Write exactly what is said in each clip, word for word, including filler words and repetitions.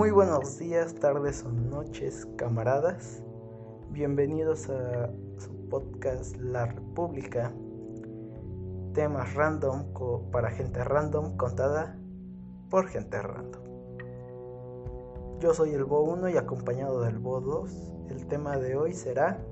Muy buenos días, tardes o noches, camaradas. Bienvenidos a su podcast La República. Temas random co- para gente random contada por gente random. Yo soy el Bo uno y acompañado del Bo dos. El tema de hoy será...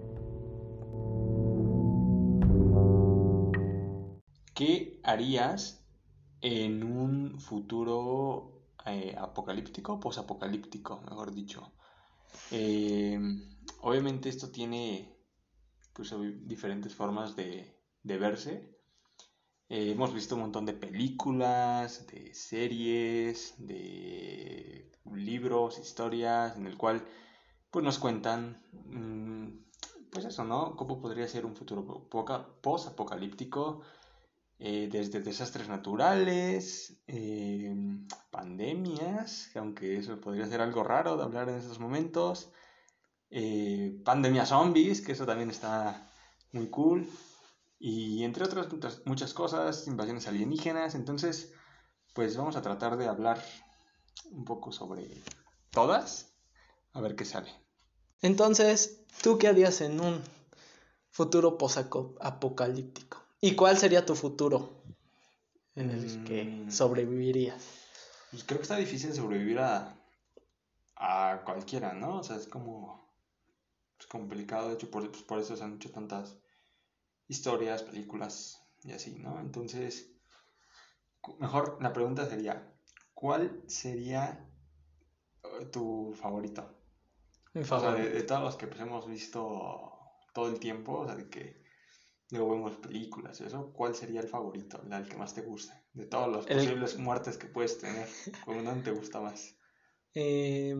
¿Qué harías en un futuro eh, apocalíptico o posapocalíptico, mejor dicho? Eh, obviamente esto tiene pues, diferentes formas de, de verse. Eh, hemos visto un montón de películas, de series, de libros, historias, en el cual pues, nos cuentan, mmm, pues eso, ¿no? ¿Cómo podría ser un futuro posapocalíptico? Eh, desde desastres naturales, eh, pandemias, que aunque eso podría ser algo raro de hablar en estos momentos, eh, pandemia zombies, que eso también está muy cool, y entre otras muchas, muchas cosas, invasiones alienígenas. Entonces, pues vamos a tratar de hablar un poco sobre todas, a ver qué sale. Entonces, ¿tú qué harías en un futuro posapocalíptico? ¿Y cuál sería tu futuro en el que Mm, sobrevivirías? pues creo que está difícil sobrevivir a, a cualquiera, ¿no? O sea, es como es complicado, de hecho, por, pues por eso se han hecho tantas historias, películas y así, ¿no? Entonces, mejor la pregunta sería, ¿cuál sería eh, tu favorito? Mi O sea, de, de favorito. todos los que pues, hemos visto todo el tiempo, o sea, de que luego vemos películas y eso, ¿cuál sería el favorito, el que más te gusta? De todas las El, posibles muertes que puedes tener, ¿cuál no te gusta más? eh,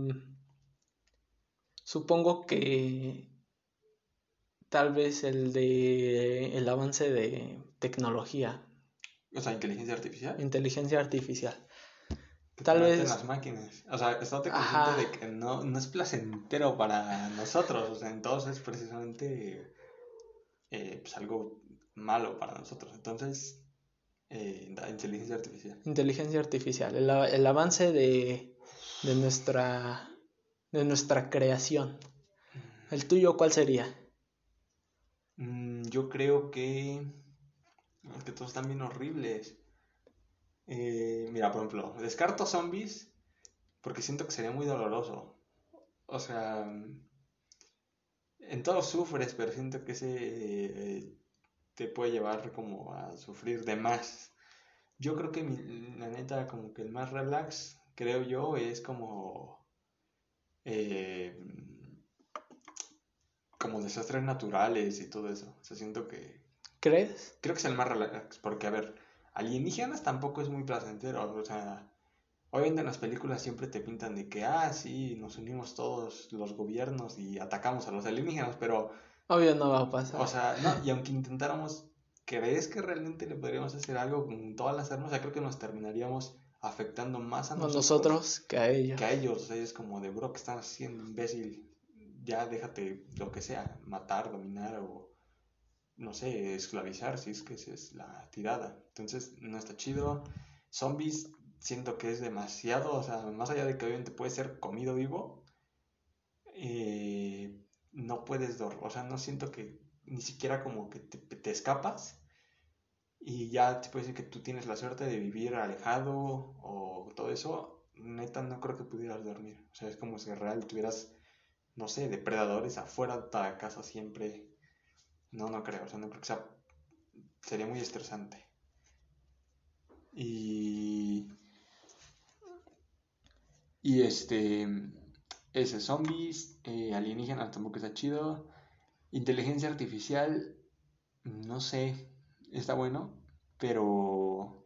supongo que tal vez el de el avance de tecnología, O sea, inteligencia artificial. inteligencia artificial. Que te Tal maten vez, las máquinas. O sea, estate consciente ajá, de que no, no es placentero para nosotros. O sea, entonces es precisamente eh, pues algo malo para nosotros. Entonces, eh, la inteligencia artificial. inteligencia artificial, el, a- el avance de, de nuestra de nuestra creación. ¿El tuyo cuál sería? Mm, yo creo que... Es que todos están bien horribles. Eh, mira, por ejemplo, descarto zombies porque siento que sería muy doloroso. O sea, en todos sufres, pero siento que ese eh, te puede llevar como a sufrir de más. Yo creo que mi, la neta, como que el más relax, creo yo, es como eh, como desastres naturales y todo eso. O sea, siento que ¿Crees? creo que es el más relax, porque a ver, alienígenas tampoco es muy placentero. O sea, obviamente en las películas siempre te pintan de que, ah, sí, nos unimos todos los gobiernos y atacamos a los alienígenas, pero, Obvio no va a o pasar. sea, no, y aunque intentáramos, ¿crees que realmente le podríamos hacer algo con todas las armas? O sea, creo que nos terminaríamos afectando más a No nosotros nosotros que a ellos. que a ellos. O sea, es como de, bro, que estás haciendo, imbécil? Ya déjate lo que sea, matar, dominar o, no sé, esclavizar, si es que esa es la tirada. Entonces, no está chido. Zombies, siento que es demasiado, o sea, más allá de que obviamente puede ser comido vivo, eh, no puedes dormir, o sea, no siento que ni siquiera como que te, te escapas y ya te puede decir que tú tienes la suerte de vivir alejado o todo eso, neta no creo que pudieras dormir. O sea, es como si real tuvieras, no sé, depredadores afuera de la casa siempre. No, no creo, o sea, no creo que sea, sería muy estresante. Y, y este, ese zombies, eh, alienígenas tampoco está chido. Inteligencia artificial, no sé, está bueno, pero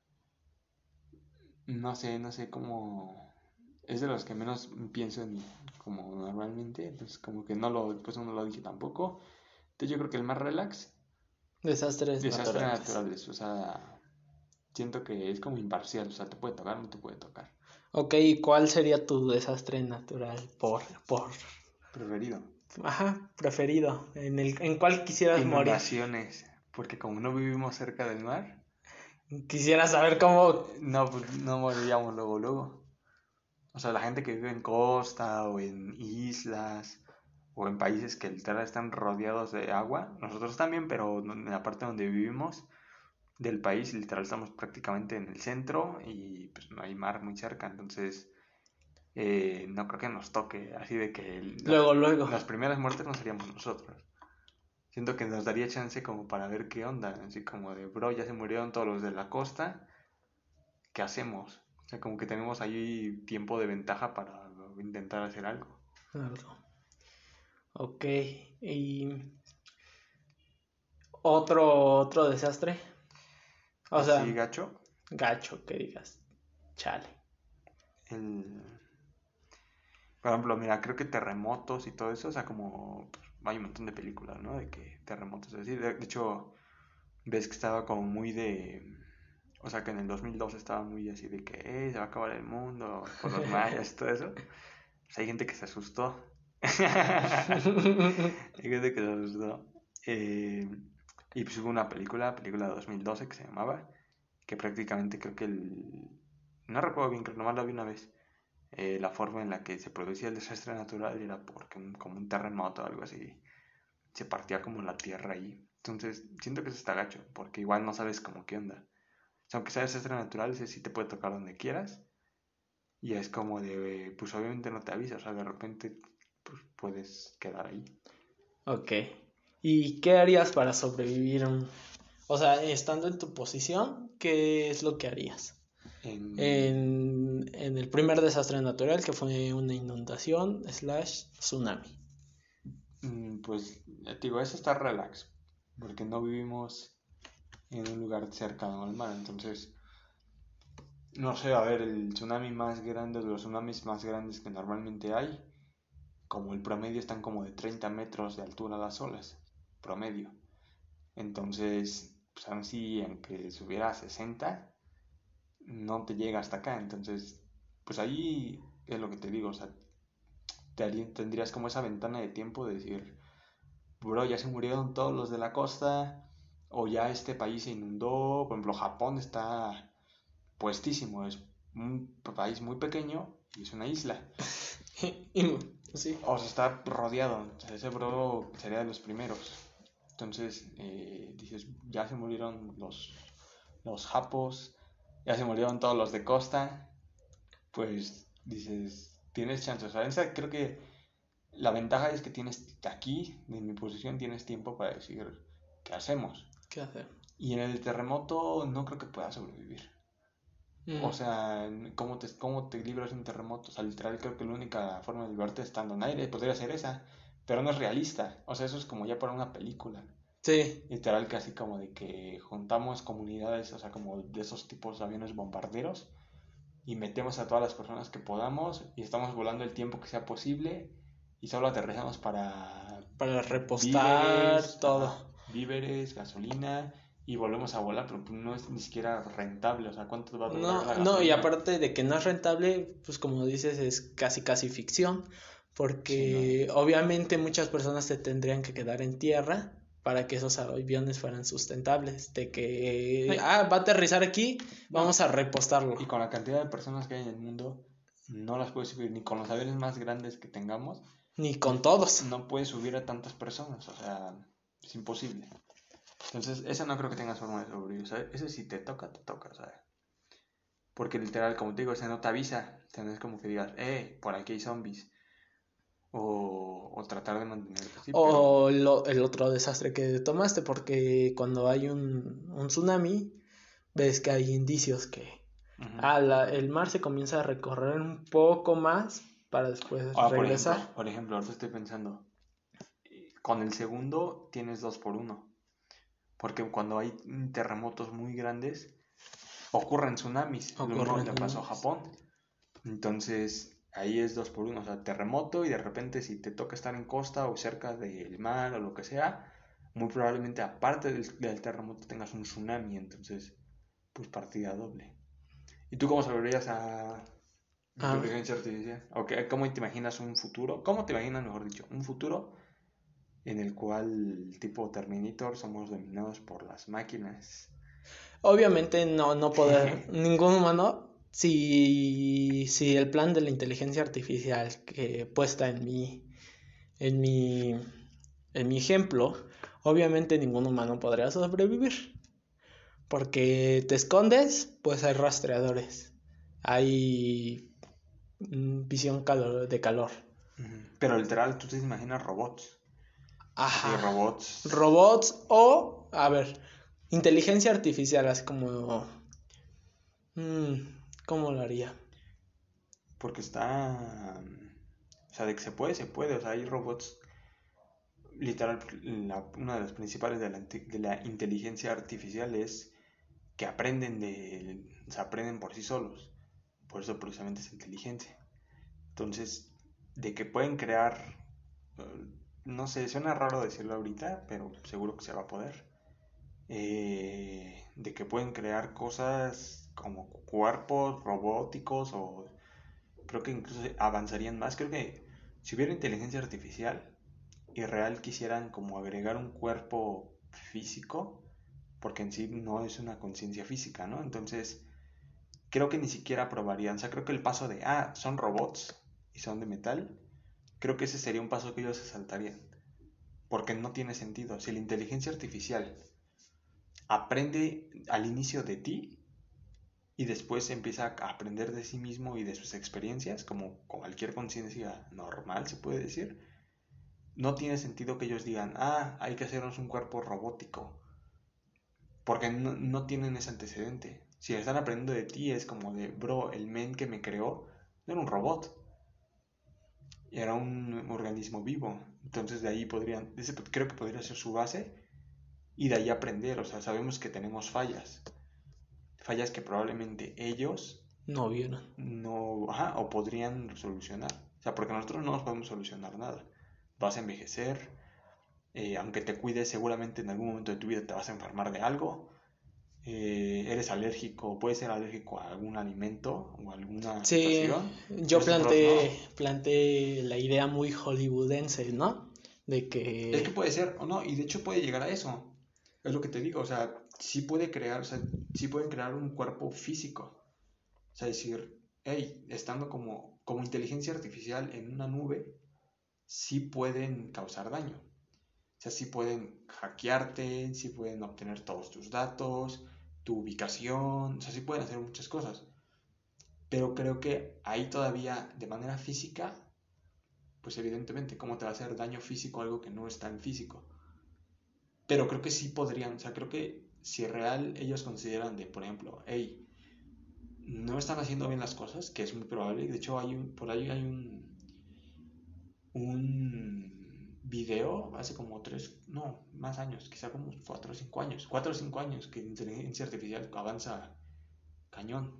no sé, no sé cómo. Es de los que menos pienso en como normalmente, entonces como que no lo, después no lo dije tampoco. Entonces yo creo que el más relax, Desastres desastres naturales. naturales, o sea, siento que es como imparcial, o sea, te puede tocar o no te puede tocar. Ok, ¿y cuál sería tu desastre natural por, por, Preferido. ajá, preferido? ¿En el, en cuál quisieras morir? Inundaciones, porque como no vivimos cerca del mar, Quisiera saber cómo, eh, no, pues no moriríamos luego, luego. O sea, la gente que vive en costa o en islas o en países que literal están rodeados de agua, nosotros también, pero en la parte donde vivimos del país, literal estamos prácticamente en el centro y pues no hay mar muy cerca, entonces eh, no creo que nos toque así de que el- la- Luego, luego. las primeras muertes no seríamos nosotros. Siento que nos daría chance como para ver qué onda, así como de, bro, ya se murieron todos los de la costa, ¿qué hacemos? O sea, como que tenemos ahí tiempo de ventaja para intentar hacer algo. Algo. Ok. Y otro, otro desastre. O Así, sea, gacho, gacho, que digas. Chale. el... Por ejemplo, mira, creo que terremotos y todo eso, o sea, como pues, hay un montón de películas, ¿no? De que terremotos así. De, de hecho, ves que estaba como muy de... O sea, que en el dos mil dos estaba muy así de que eh, se va a acabar el mundo por los mayas y todo eso. Pues hay gente que se asustó. Hay gente que se asustó. Eh, y pues hubo una película, película de dos mil doce que se llamaba, que prácticamente creo que el... No recuerdo bien, creo que nomás la vi una vez. Eh, la forma en la que se producía el desastre natural era porque un, como un terremoto o algo así. Se partía como la tierra ahí. Entonces, siento que eso está gacho, porque igual no sabes como qué onda. O sea, aunque sea desastre natural, ese sí te puede tocar donde quieras. Y es como de, pues obviamente no te avisa, o sea, de repente pues puedes quedar ahí. Ok. ¿Y qué harías para sobrevivir? un- O sea, estando en tu posición, ¿qué es lo que harías? En, En, en el primer desastre natural, que fue una inundación slash tsunami. mm, pues, ya te digo, eso está relax, porque no vivimos en un lugar cercano al mar, entonces, no sé, a ver, el tsunami más grande, de los tsunamis más grandes que normalmente hay, como el promedio están como de treinta metros de altura las olas, promedio. Entonces, pues aún si aunque subiera a sesenta, no te llega hasta acá. Entonces, pues ahí es lo que te digo, o sea, te haría- tendrías como esa ventana de tiempo de decir, bro, ya se murieron todos los de la costa, o ya este país se inundó. Por ejemplo, Japón está puestísimo, es un país muy pequeño y es una isla. Y- sí. O sea, está rodeado, o sea, ese bro sería de los primeros. Entonces, eh, dices, ya se murieron los, los japos, ya se murieron todos los de costa, pues dices, tienes chance. O sea, esa creo que la ventaja es que tienes aquí, en mi posición, tienes tiempo para decir, ¿qué hacemos? ¿Qué hacer? Y en el terremoto no creo que pueda sobrevivir. O Mm, sea, ¿cómo te, cómo te libras de un terremoto? O sea, literal creo que la única forma de librarte estando en aire podría ser esa, pero no es realista. O sea, eso es como ya para una película. sí. Literal casi como de que juntamos comunidades, o sea, como de esos tipos de aviones bombarderos y metemos a todas las personas que podamos y estamos volando el tiempo que sea posible y solo aterrizamos para Para repostar víveres, todo. ajá, víveres, gasolina y volvemos a volar, pero pues no es ni siquiera rentable, o sea, ¿cuánto va a durar la No, no, y gasolina? aparte de que no es rentable, pues como dices, es casi casi ficción, Sí, no. porque obviamente muchas personas se tendrían que quedar en tierra para que esos aviones fueran sustentables, de que, Ay, ah, va a aterrizar aquí, no, vamos a repostarlo, y con la cantidad de personas que hay en el mundo, no las puedes subir, ni con los aviones más grandes que tengamos, ni no, con todos. no puedes subir a tantas personas, o sea, es imposible. Entonces, esa no creo que tengas forma de sobrevivir, o sea, ese si te toca, te toca, o sea, porque literal, como te digo, ese no te avisa, o sea, no es como que digas, eh, por aquí hay zombies, o, o tratar de mantenerte así, pero, O lo- el otro desastre que tomaste, porque cuando hay un, un tsunami, ves que hay indicios que ujú. ah, la- el mar se comienza a recorrer un poco más para después Ahora, por ejemplo, regresar. por ejemplo, ahorita estoy pensando, con el segundo tienes dos por uno, porque cuando hay terremotos muy grandes, ocurren tsunamis, lo mismo Ocurren le pasó a tsunamis. Japón. Entonces, ahí es dos por uno, o sea, terremoto y de repente si te toca estar en costa o cerca del mar o lo que sea, muy probablemente aparte del, del terremoto tengas un tsunami, entonces, pues partida doble. ¿Y tú cómo sobrevivirías a Ah, inteligencia artificial? ¿O qué- cómo te imaginas un futuro? ¿Cómo te imaginas, mejor dicho, un futuro en el cual, tipo Terminator, somos dominados por las máquinas? obviamente no, no poder, ningún humano si, si el plan de la inteligencia artificial que puesta en mi, en mi, en mi ejemplo, obviamente ningún humano podría sobrevivir. Porque te escondes, pues hay rastreadores. Hay mm, visión calor, de calor. Ujú. Pero literal, tú te imaginas robots. Así, Ajá. robots. Robots o, a ver, inteligencia artificial, así como... mm, ¿cómo lo haría? Porque está. O sea, de que se puede, se puede. O sea, hay robots. Literal, la- una de las principales de la, inte- de la inteligencia artificial es que aprenden de. O sea, aprenden por sí solos. Por eso precisamente es inteligencia. Entonces, de que pueden crear. eh, No sé, suena raro decirlo ahorita, pero seguro que se va a poder. Eh, de que pueden crear cosas como cuerpos robóticos o creo que incluso avanzarían más. Creo que si hubiera inteligencia artificial y real quisieran como agregar un cuerpo físico, porque en sí no es una conciencia física, ¿no? Entonces, creo que ni siquiera probarían. O sea, creo que el paso de, ah, son robots y son de metal, creo que ese sería un paso que ellos se saltarían. Porque no tiene sentido. Si la inteligencia artificial aprende al inicio de ti y después empieza a aprender de sí mismo y de sus experiencias, como cualquier conciencia normal se puede decir, no tiene sentido que ellos digan, ah, hay que hacernos un cuerpo robótico, porque no, no tienen ese antecedente. Si están aprendiendo de ti es como de, bro, el men que me creó no era un robot, era un organismo vivo. Entonces de ahí podrían, ese creo que podría ser su base y de ahí aprender. O sea, sabemos que tenemos fallas, fallas que probablemente ellos No vieron. no, ajá, o podrían solucionar. O sea, porque nosotros no nos podemos solucionar nada. Vas a envejecer, eh, aunque te cuides, seguramente en algún momento de tu vida te vas a enfermar de algo. Eh, eres alérgico, puedes ser alérgico a algún alimento o alguna Sí, situación. yo Nosotros planteé, no. planteé la idea muy hollywoodense, ¿no? De Es que que... puede ser o no, y de hecho puede llegar a eso. Es lo que te digo, o sea, sí puede crear, o sea, sí pueden crear un cuerpo físico. O sea, decir, hey, estando como, como inteligencia artificial en una nube, sí pueden causar daño. O sea, sí pueden hackearte, sí pueden obtener todos tus datos, tu ubicación, o sea, sí pueden hacer muchas cosas. Pero creo que ahí todavía, de manera física, pues evidentemente, ¿cómo te va a hacer daño físico algo que no está en físico? Pero creo que sí podrían, o sea, creo que si real ellos consideran de, por ejemplo, hey, no están haciendo bien las cosas, que es muy probable, de hecho hay un, por ahí hay un, un video hace como tres, no, más años, quizá como cuatro o cinco años, cuatro o cinco años que inteligencia artificial avanza cañón.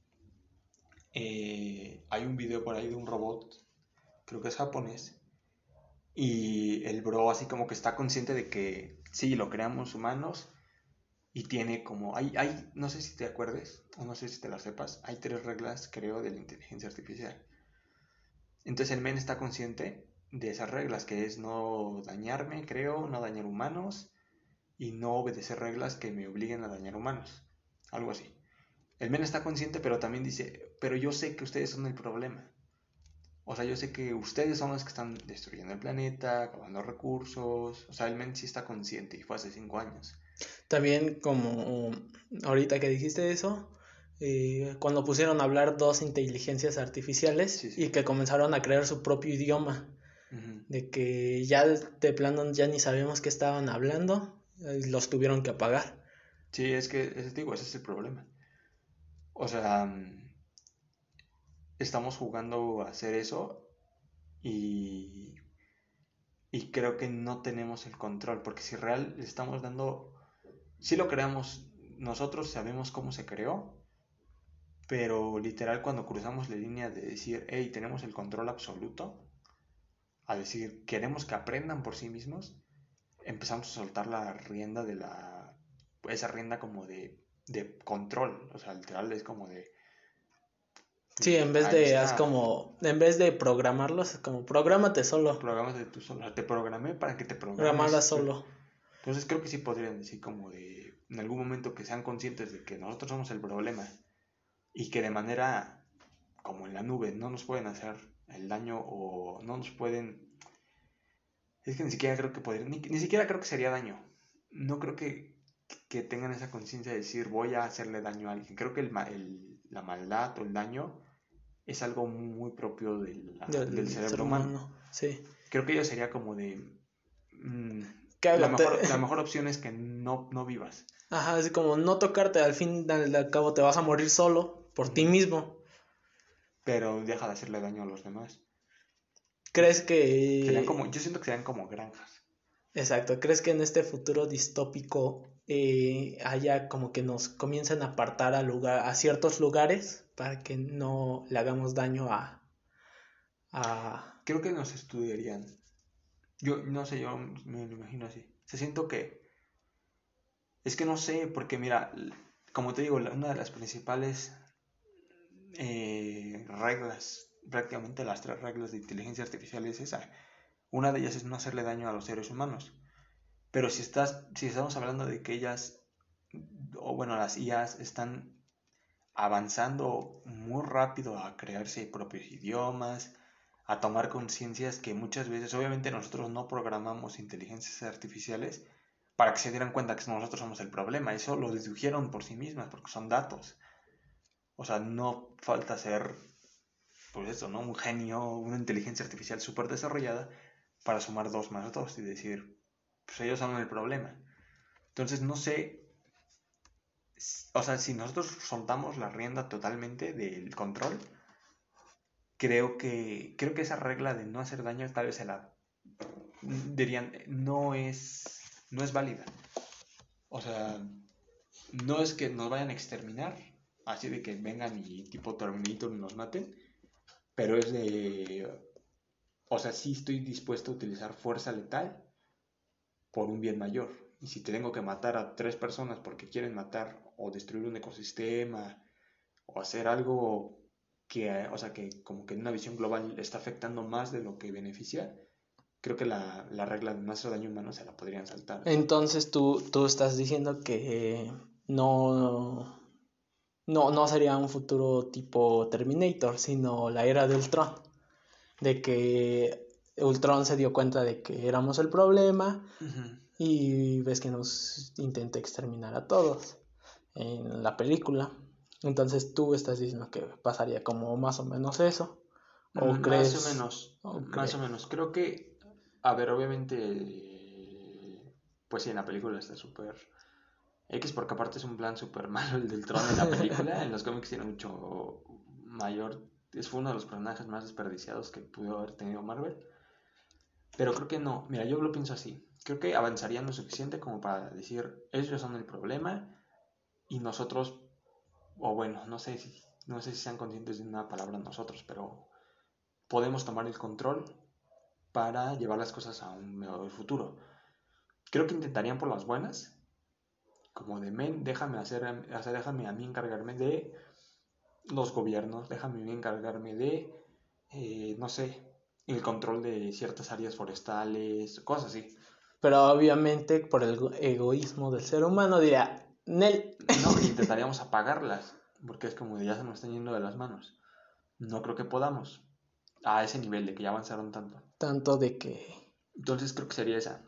Eh, hay un video por ahí de un robot, creo que es japonés, y el bro así como que está consciente de que sí, lo creamos humanos y tiene como, hay, hay, no sé si te acuerdes o no sé si te lo sepas, hay tres reglas creo de la inteligencia artificial. Entonces el men está consciente de esas reglas, que es no dañarme, creo, no dañar humanos y no obedecer reglas que me obliguen a dañar humanos. Algo así. El men está consciente, pero también dice, pero yo sé que ustedes son el problema. O sea, yo sé que ustedes son los que están destruyendo el planeta, acabando recursos. O sea, el men sí está consciente y fue hace cinco años. También como ahorita que dijiste eso, eh, cuando pusieron a hablar dos inteligencias artificiales Sí, sí. y que comenzaron a crear su propio idioma, Ujú. de que ya de plano ya ni sabíamos qué estaban hablando, eh, los tuvieron que apagar. Sí, es que, ese, digo, ese es el problema. O sea, mm, estamos jugando a hacer eso y y creo que no tenemos el control, porque si real le estamos dando, si lo creamos, nosotros sabemos cómo se creó, pero literal cuando cruzamos la línea de decir, hey, tenemos el control absoluto, a decir, queremos que aprendan por sí mismos, empezamos a soltar la rienda de la, esa rienda como de, de control, o sea, literal es como de, Sí, en vez ahí de, haz está, como, en vez de programarlos, es como, prográmate solo, programas de tu solo, te programé para que te programala programes, pero solo. entonces creo que sí podrían decir como de en algún momento que sean conscientes de que nosotros somos el problema y que de manera como en la nube no nos pueden hacer el daño o no nos pueden... Es que ni siquiera creo que podrían, ni, ni siquiera creo que sería daño. No creo que, que tengan esa conciencia de decir voy a hacerle daño a alguien. Creo que el, el, la maldad o el daño es algo muy propio de la, del, del cerebro ser humano. humano. Sí. Creo que ello sería como de... Mmm, la, mejor, te... la mejor opción es que no, no vivas. Ajá, así como no tocarte, al fin al, al cabo te vas a morir solo por uh-huh. ti mismo. Pero deja de hacerle daño a los demás. ¿Crees que...? Serían como, yo siento que serían como granjas. Exacto, ¿crees que en este futuro distópico eh, haya como que nos comiencen a apartar a, lugar, a ciertos lugares para que no le hagamos daño a, a... Creo que nos estudiarían. Yo no sé, yo me lo imagino así. Se siento que... Es que no sé, porque mira, como te digo, una de las principales eh, reglas, prácticamente las tres reglas de inteligencia artificial es esa. Una de ellas es no hacerle daño a los seres humanos. Pero si estás, si estamos hablando de que ellas, o bueno, las I As están avanzando muy rápido a crearse propios idiomas, a tomar conciencias que muchas veces, obviamente nosotros no programamos inteligencias artificiales para que se dieran cuenta que nosotros somos el problema. Eso lo dedujeron por sí mismas, porque son datos. O sea, no falta ser, pues eso, ¿no? Un genio, una inteligencia artificial súper desarrollada para sumar dos más dos y decir, pues ellos son el problema. Entonces, no sé, o sea, si nosotros soltamos la rienda totalmente del control, creo que, creo que esa regla de no hacer daño tal vez se la dirían, no es, no es válida. O sea, no es que nos vayan a exterminar, así de que vengan y tipo Terminator nos maten, pero es de, o sea, sí estoy dispuesto a utilizar fuerza letal por un bien mayor. Y si tengo que matar a tres personas porque quieren matar o destruir un ecosistema o hacer algo que, o sea, que como que en una visión global está afectando más de lo que beneficia, creo que la, la regla de no hacer daño humano se la podrían saltar. Entonces tú, tú estás diciendo que no, no, no sería un futuro tipo Terminator, sino la era de Ultron. De que Ultron se dio cuenta de que éramos el problema uh-huh. y ves que nos intenta exterminar a todos en la película. Entonces tú estás diciendo que pasaría como más o menos eso. ¿O más crees? Más o menos. ¿O más crees? o menos. Creo que, a ver, obviamente, pues sí, en la película está súper X, porque aparte es un plan súper malo el del Tron en la película. En los cómics tiene mucho mayor. Es fue uno de los personajes más desperdiciados que pudo haber tenido Marvel. Pero creo que no. Mira, yo lo pienso así. Creo que avanzarían lo suficiente como para decir, ellos son el problema y nosotros, o bueno, no sé si, no sé si sean conscientes de una palabra nosotros, pero podemos tomar el control para llevar las cosas a un mejor futuro. Creo que intentarían por las buenas, como de men, déjame hacer, hacer déjame a mí encargarme de los gobiernos, déjame a mí encargarme de, eh, no sé, el control de ciertas áreas forestales, cosas así. Pero obviamente por el egoísmo del ser humano diría, Nel. No, intentaríamos apagarlas, porque es como de ya se nos están yendo de las manos. No creo que podamos, a ese nivel de que ya avanzaron tanto. Tanto de que... Entonces creo que sería esa.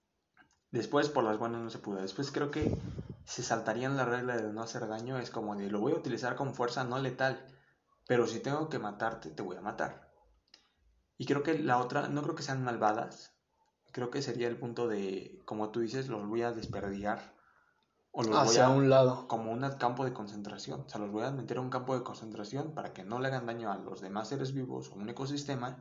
Después por las buenas no se pudo. Después creo que se saltarían la regla de no hacer daño. Es como de lo voy a utilizar con fuerza no letal, pero si tengo que matarte, te voy a matar. Y creo que la otra, no creo que sean malvadas. Creo que sería el punto de, como tú dices, los voy a desperdigar. O los hacia voy a, un lado. Como un campo de concentración. O sea, los voy a meter a un campo de concentración para que no le hagan daño a los demás seres vivos o un ecosistema.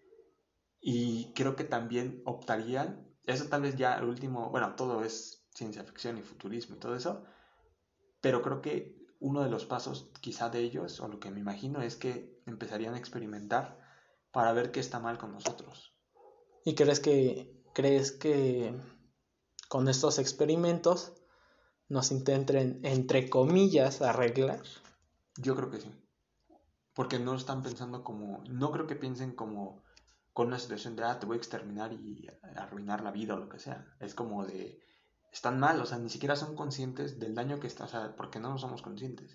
Y creo que también optarían, eso tal vez ya el último, bueno, todo es ciencia ficción y futurismo y todo eso, pero creo que uno de los pasos quizá de ellos, o lo que me imagino, es que empezarían a experimentar para ver qué está mal con nosotros. ¿Y crees que, crees que con estos experimentos nos intenten, entre comillas, arreglar? Yo creo que sí, porque no están pensando como, no creo que piensen como con una situación de, ah, te voy a exterminar y arruinar la vida o lo que sea. Es como de, están mal, o sea, ni siquiera son conscientes del daño que está, o sea, porque no somos conscientes.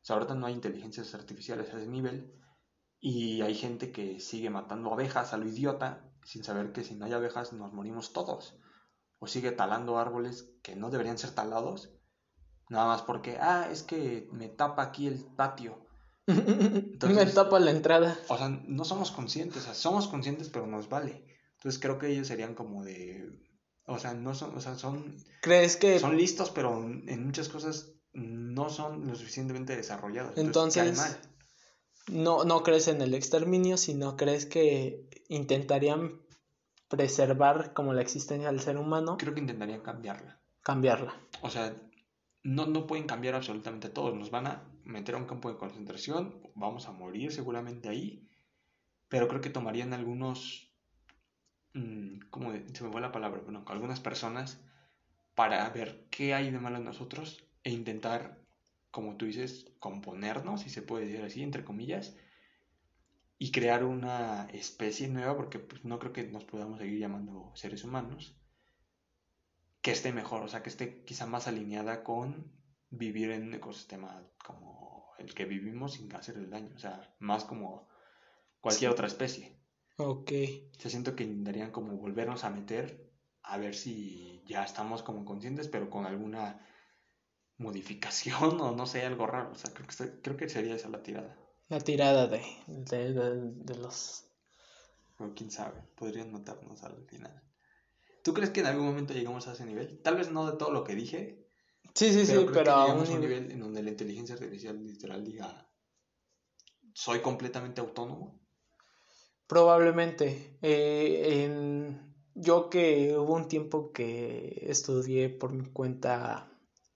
sea, ahorita no hay inteligencias artificiales a ese nivel y hay gente que sigue matando abejas a lo idiota sin saber que si no hay abejas nos morimos todos. O sigue talando árboles que no deberían ser talados, nada más porque, ah, es que me tapa aquí el patio. Me Entonces, tapa la entrada. o sea, no somos conscientes, o sea, somos conscientes pero nos vale. Entonces creo que ellos serían como de, o sea, no son, o sea, son, ¿Crees que son listos, pero en muchas cosas no son lo suficientemente desarrollados. Entonces, ¿qué hay mal? entonces no, no crees en el exterminio, sino crees que intentarían preservar como la existencia del ser humano, Creo que intentarían cambiarla. cambiarla? O sea, no, no pueden cambiar absolutamente todo. Nos van a meter a un campo de concentración, vamos a morir seguramente ahí, pero creo que tomarían algunos, mmm, ¿cómo de- se me fue la palabra? Bueno, algunas personas para ver qué hay de malo en nosotros e intentar, como tú dices, componernos, si se puede decir así, entre comillas, y crear una especie nueva, porque pues, no creo que nos podamos seguir llamando seres humanos, que esté mejor, o sea, que esté quizá más alineada con vivir en un ecosistema como el que vivimos sin hacerle daño, o sea, más como cualquier otra especie. Ok. Se siento que intentarían como volvernos a meter a ver si ya estamos como conscientes, pero con alguna modificación o no sé, algo raro. O sea, creo que, está- creo que sería esa la tirada. La tirada de, de, de, de los... Pero quién sabe, podrían matarnos al final. ¿Tú crees que en algún momento llegamos a ese nivel? Tal vez no de todo lo que dije, Sí, sí, pero sí, ¿crees pero que a un llegamos a un nivel... nivel en donde la inteligencia artificial literal diga, soy completamente autónomo? Probablemente. Eh, en... Yo que hubo un tiempo que estudié por mi cuenta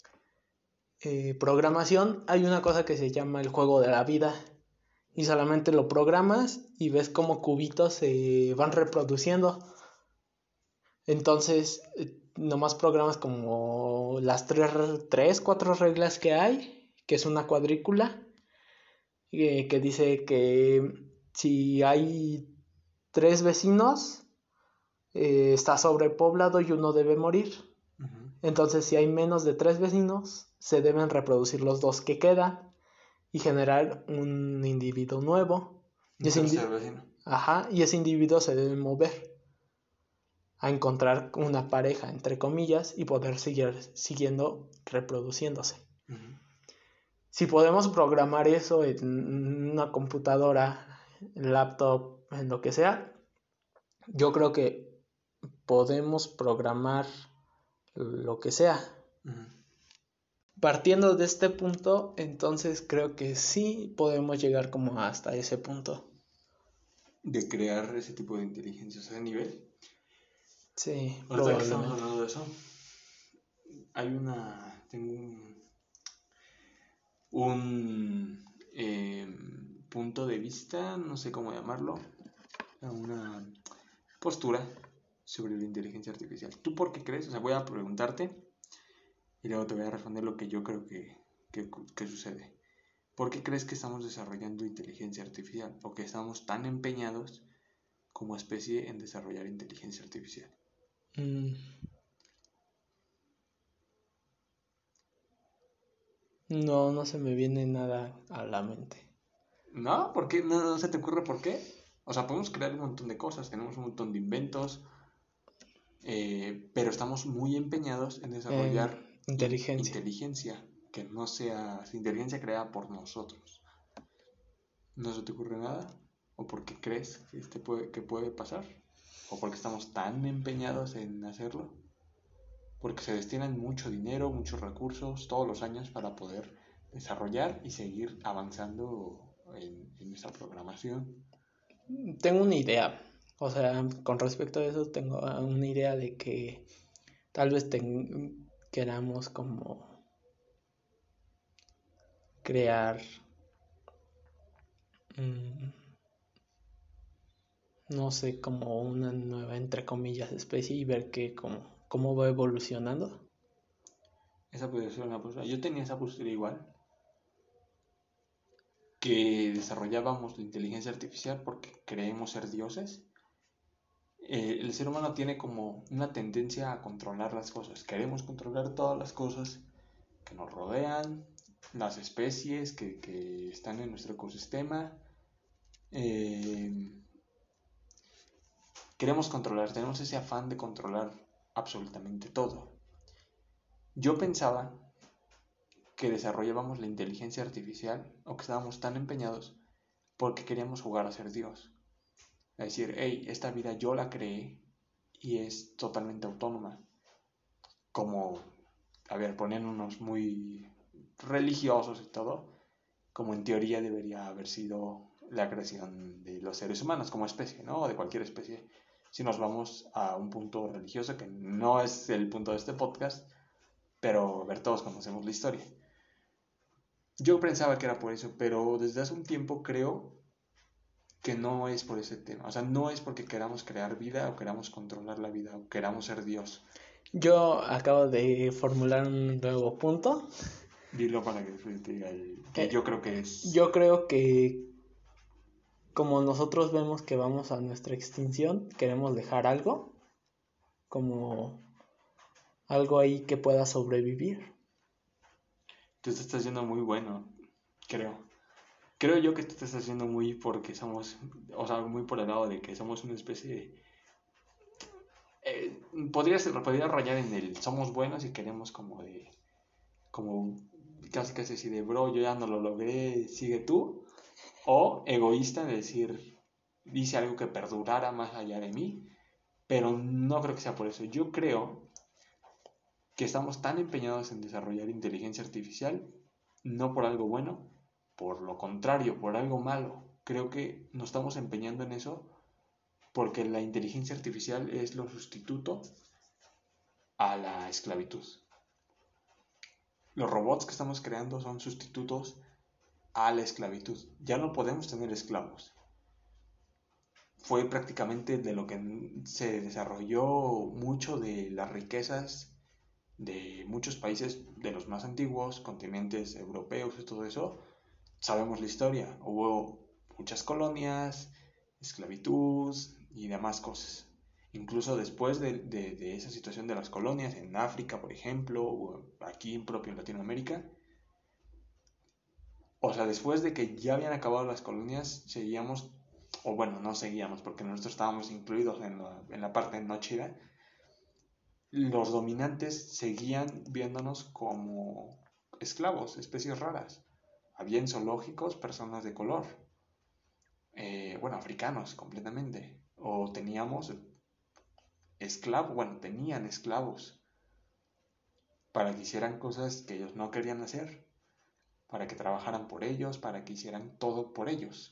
eh, programación, hay una cosa que se llama el juego de la vida. Y solamente lo programas y ves cómo cubitos se van reproduciendo. Entonces, eh, nomás programas como las tres, tres, cuatro reglas que hay, que es una cuadrícula, eh, que dice que si hay tres vecinos, eh, está sobrepoblado y uno debe morir. Ujú. Entonces, si hay menos de tres vecinos, se deben reproducir los dos que quedan y generar un individuo nuevo. Un Y ese, tercer indi- vecino. Ajá, y ese individuo se debe mover a encontrar una pareja, entre comillas, y poder seguir siguiendo reproduciéndose. Ujú. Si podemos programar eso en una computadora, en laptop, en lo que sea, yo creo que podemos programar lo que sea. Ujú. Partiendo de este punto, entonces creo que sí podemos llegar como hasta ese punto. De crear ese tipo de inteligencias a ese nivel. Sí, Ahorita que estamos probablemente. hablando de eso, hay una, tengo un, un eh, punto de vista, no sé cómo llamarlo, una postura sobre la inteligencia artificial. ¿Tú por qué crees? O sea, voy a preguntarte y luego te voy a responder lo que yo creo que, que, que sucede. ¿Por qué crees que estamos desarrollando inteligencia artificial o que estamos tan empeñados como especie en desarrollar inteligencia artificial? Mm, no, no se me viene nada a la mente. ¿No? ¿Por qué? ¿No, no se te ocurre por qué? O sea, podemos crear un montón de cosas, tenemos un montón de inventos, eh, pero estamos muy empeñados en En desarrollar in- inteligencia. inteligencia que no sea inteligencia creada por nosotros. ¿No se te ocurre nada? ¿O por qué crees que, este puede, que puede pasar? ¿O porque estamos tan empeñados en hacerlo? Porque se destinan mucho dinero, muchos recursos todos los años para poder desarrollar y seguir avanzando en, en esa programación. Tengo una idea, o sea, con respecto a eso tengo una idea de que tal vez ten- queramos como crear, mm, no sé, como una nueva, entre comillas, especie y ver que como, cómo va evolucionando. Esa puede ser una postura. Yo tenía esa postura igual, que desarrollábamos la inteligencia artificial porque creemos ser dioses. Eh, el ser humano tiene como una tendencia a controlar las cosas. Queremos controlar todas las cosas que nos rodean las especies que, que están en nuestro ecosistema. Eh, queremos controlar, tenemos ese afán de controlar absolutamente todo. Yo pensaba que desarrollábamos la inteligencia artificial o que estábamos tan empeñados porque queríamos jugar a ser Dios. Es decir, hey, esta vida yo la creé y es totalmente autónoma. Como, a ver, poniéndonos muy religiosos y todo, como en teoría debería haber sido la creación de los seres humanos como especie, ¿no? O de cualquier especie. Si nos vamos a un punto religioso, que no es el punto de este podcast, pero a ver, todos conocemos la historia. Yo pensaba que era por eso, pero desde hace un tiempo creo que no es por ese tema. O sea, no es porque queramos crear vida o queramos controlar la vida o queramos ser Dios. Yo acabo de formular un nuevo punto. Dilo para que después te diga el, que Eh, yo creo que es... yo creo que como nosotros vemos que vamos a nuestra extinción, queremos dejar algo, como algo ahí que pueda sobrevivir. Tú te estás yendo muy bueno, creo. Creo yo que tú te estás yendo muy porque somos, o sea, muy por el lado de que somos una especie de... Eh, podría, ser, podría rayar en el somos buenos y queremos como de... Como casi casi así de, bro, yo ya no lo logré, sigue tú. O egoísta, de decir, hice algo que perdurara más allá de mí, pero no creo que sea por eso. Yo creo que estamos tan empeñados en desarrollar inteligencia artificial, no por algo bueno, por lo contrario, por algo malo. Creo que nos estamos empeñando en eso porque la inteligencia artificial es lo sustituto a la esclavitud. Los robots que estamos creando son sustitutos a la esclavitud. Ya no podemos tener esclavos. Fue prácticamente de lo que se desarrolló mucho de las riquezas de muchos países de los más antiguos, continentes europeos y todo eso. Sabemos la historia. Hubo muchas colonias, esclavitud y demás cosas. Incluso después de, de, de esa situación de las colonias, en África, por ejemplo, o aquí en propio en Latinoamérica, o sea, después de que ya habían acabado las colonias, seguíamos, o bueno, no seguíamos, porque nosotros estábamos incluidos en la, en la parte no chida, los dominantes seguían viéndonos como esclavos, especies raras. Había en zoológicos personas de color, eh, bueno, africanos completamente, o teníamos esclavos, bueno, tenían esclavos para que hicieran cosas que ellos no querían hacer, para que trabajaran por ellos, para que hicieran todo por ellos.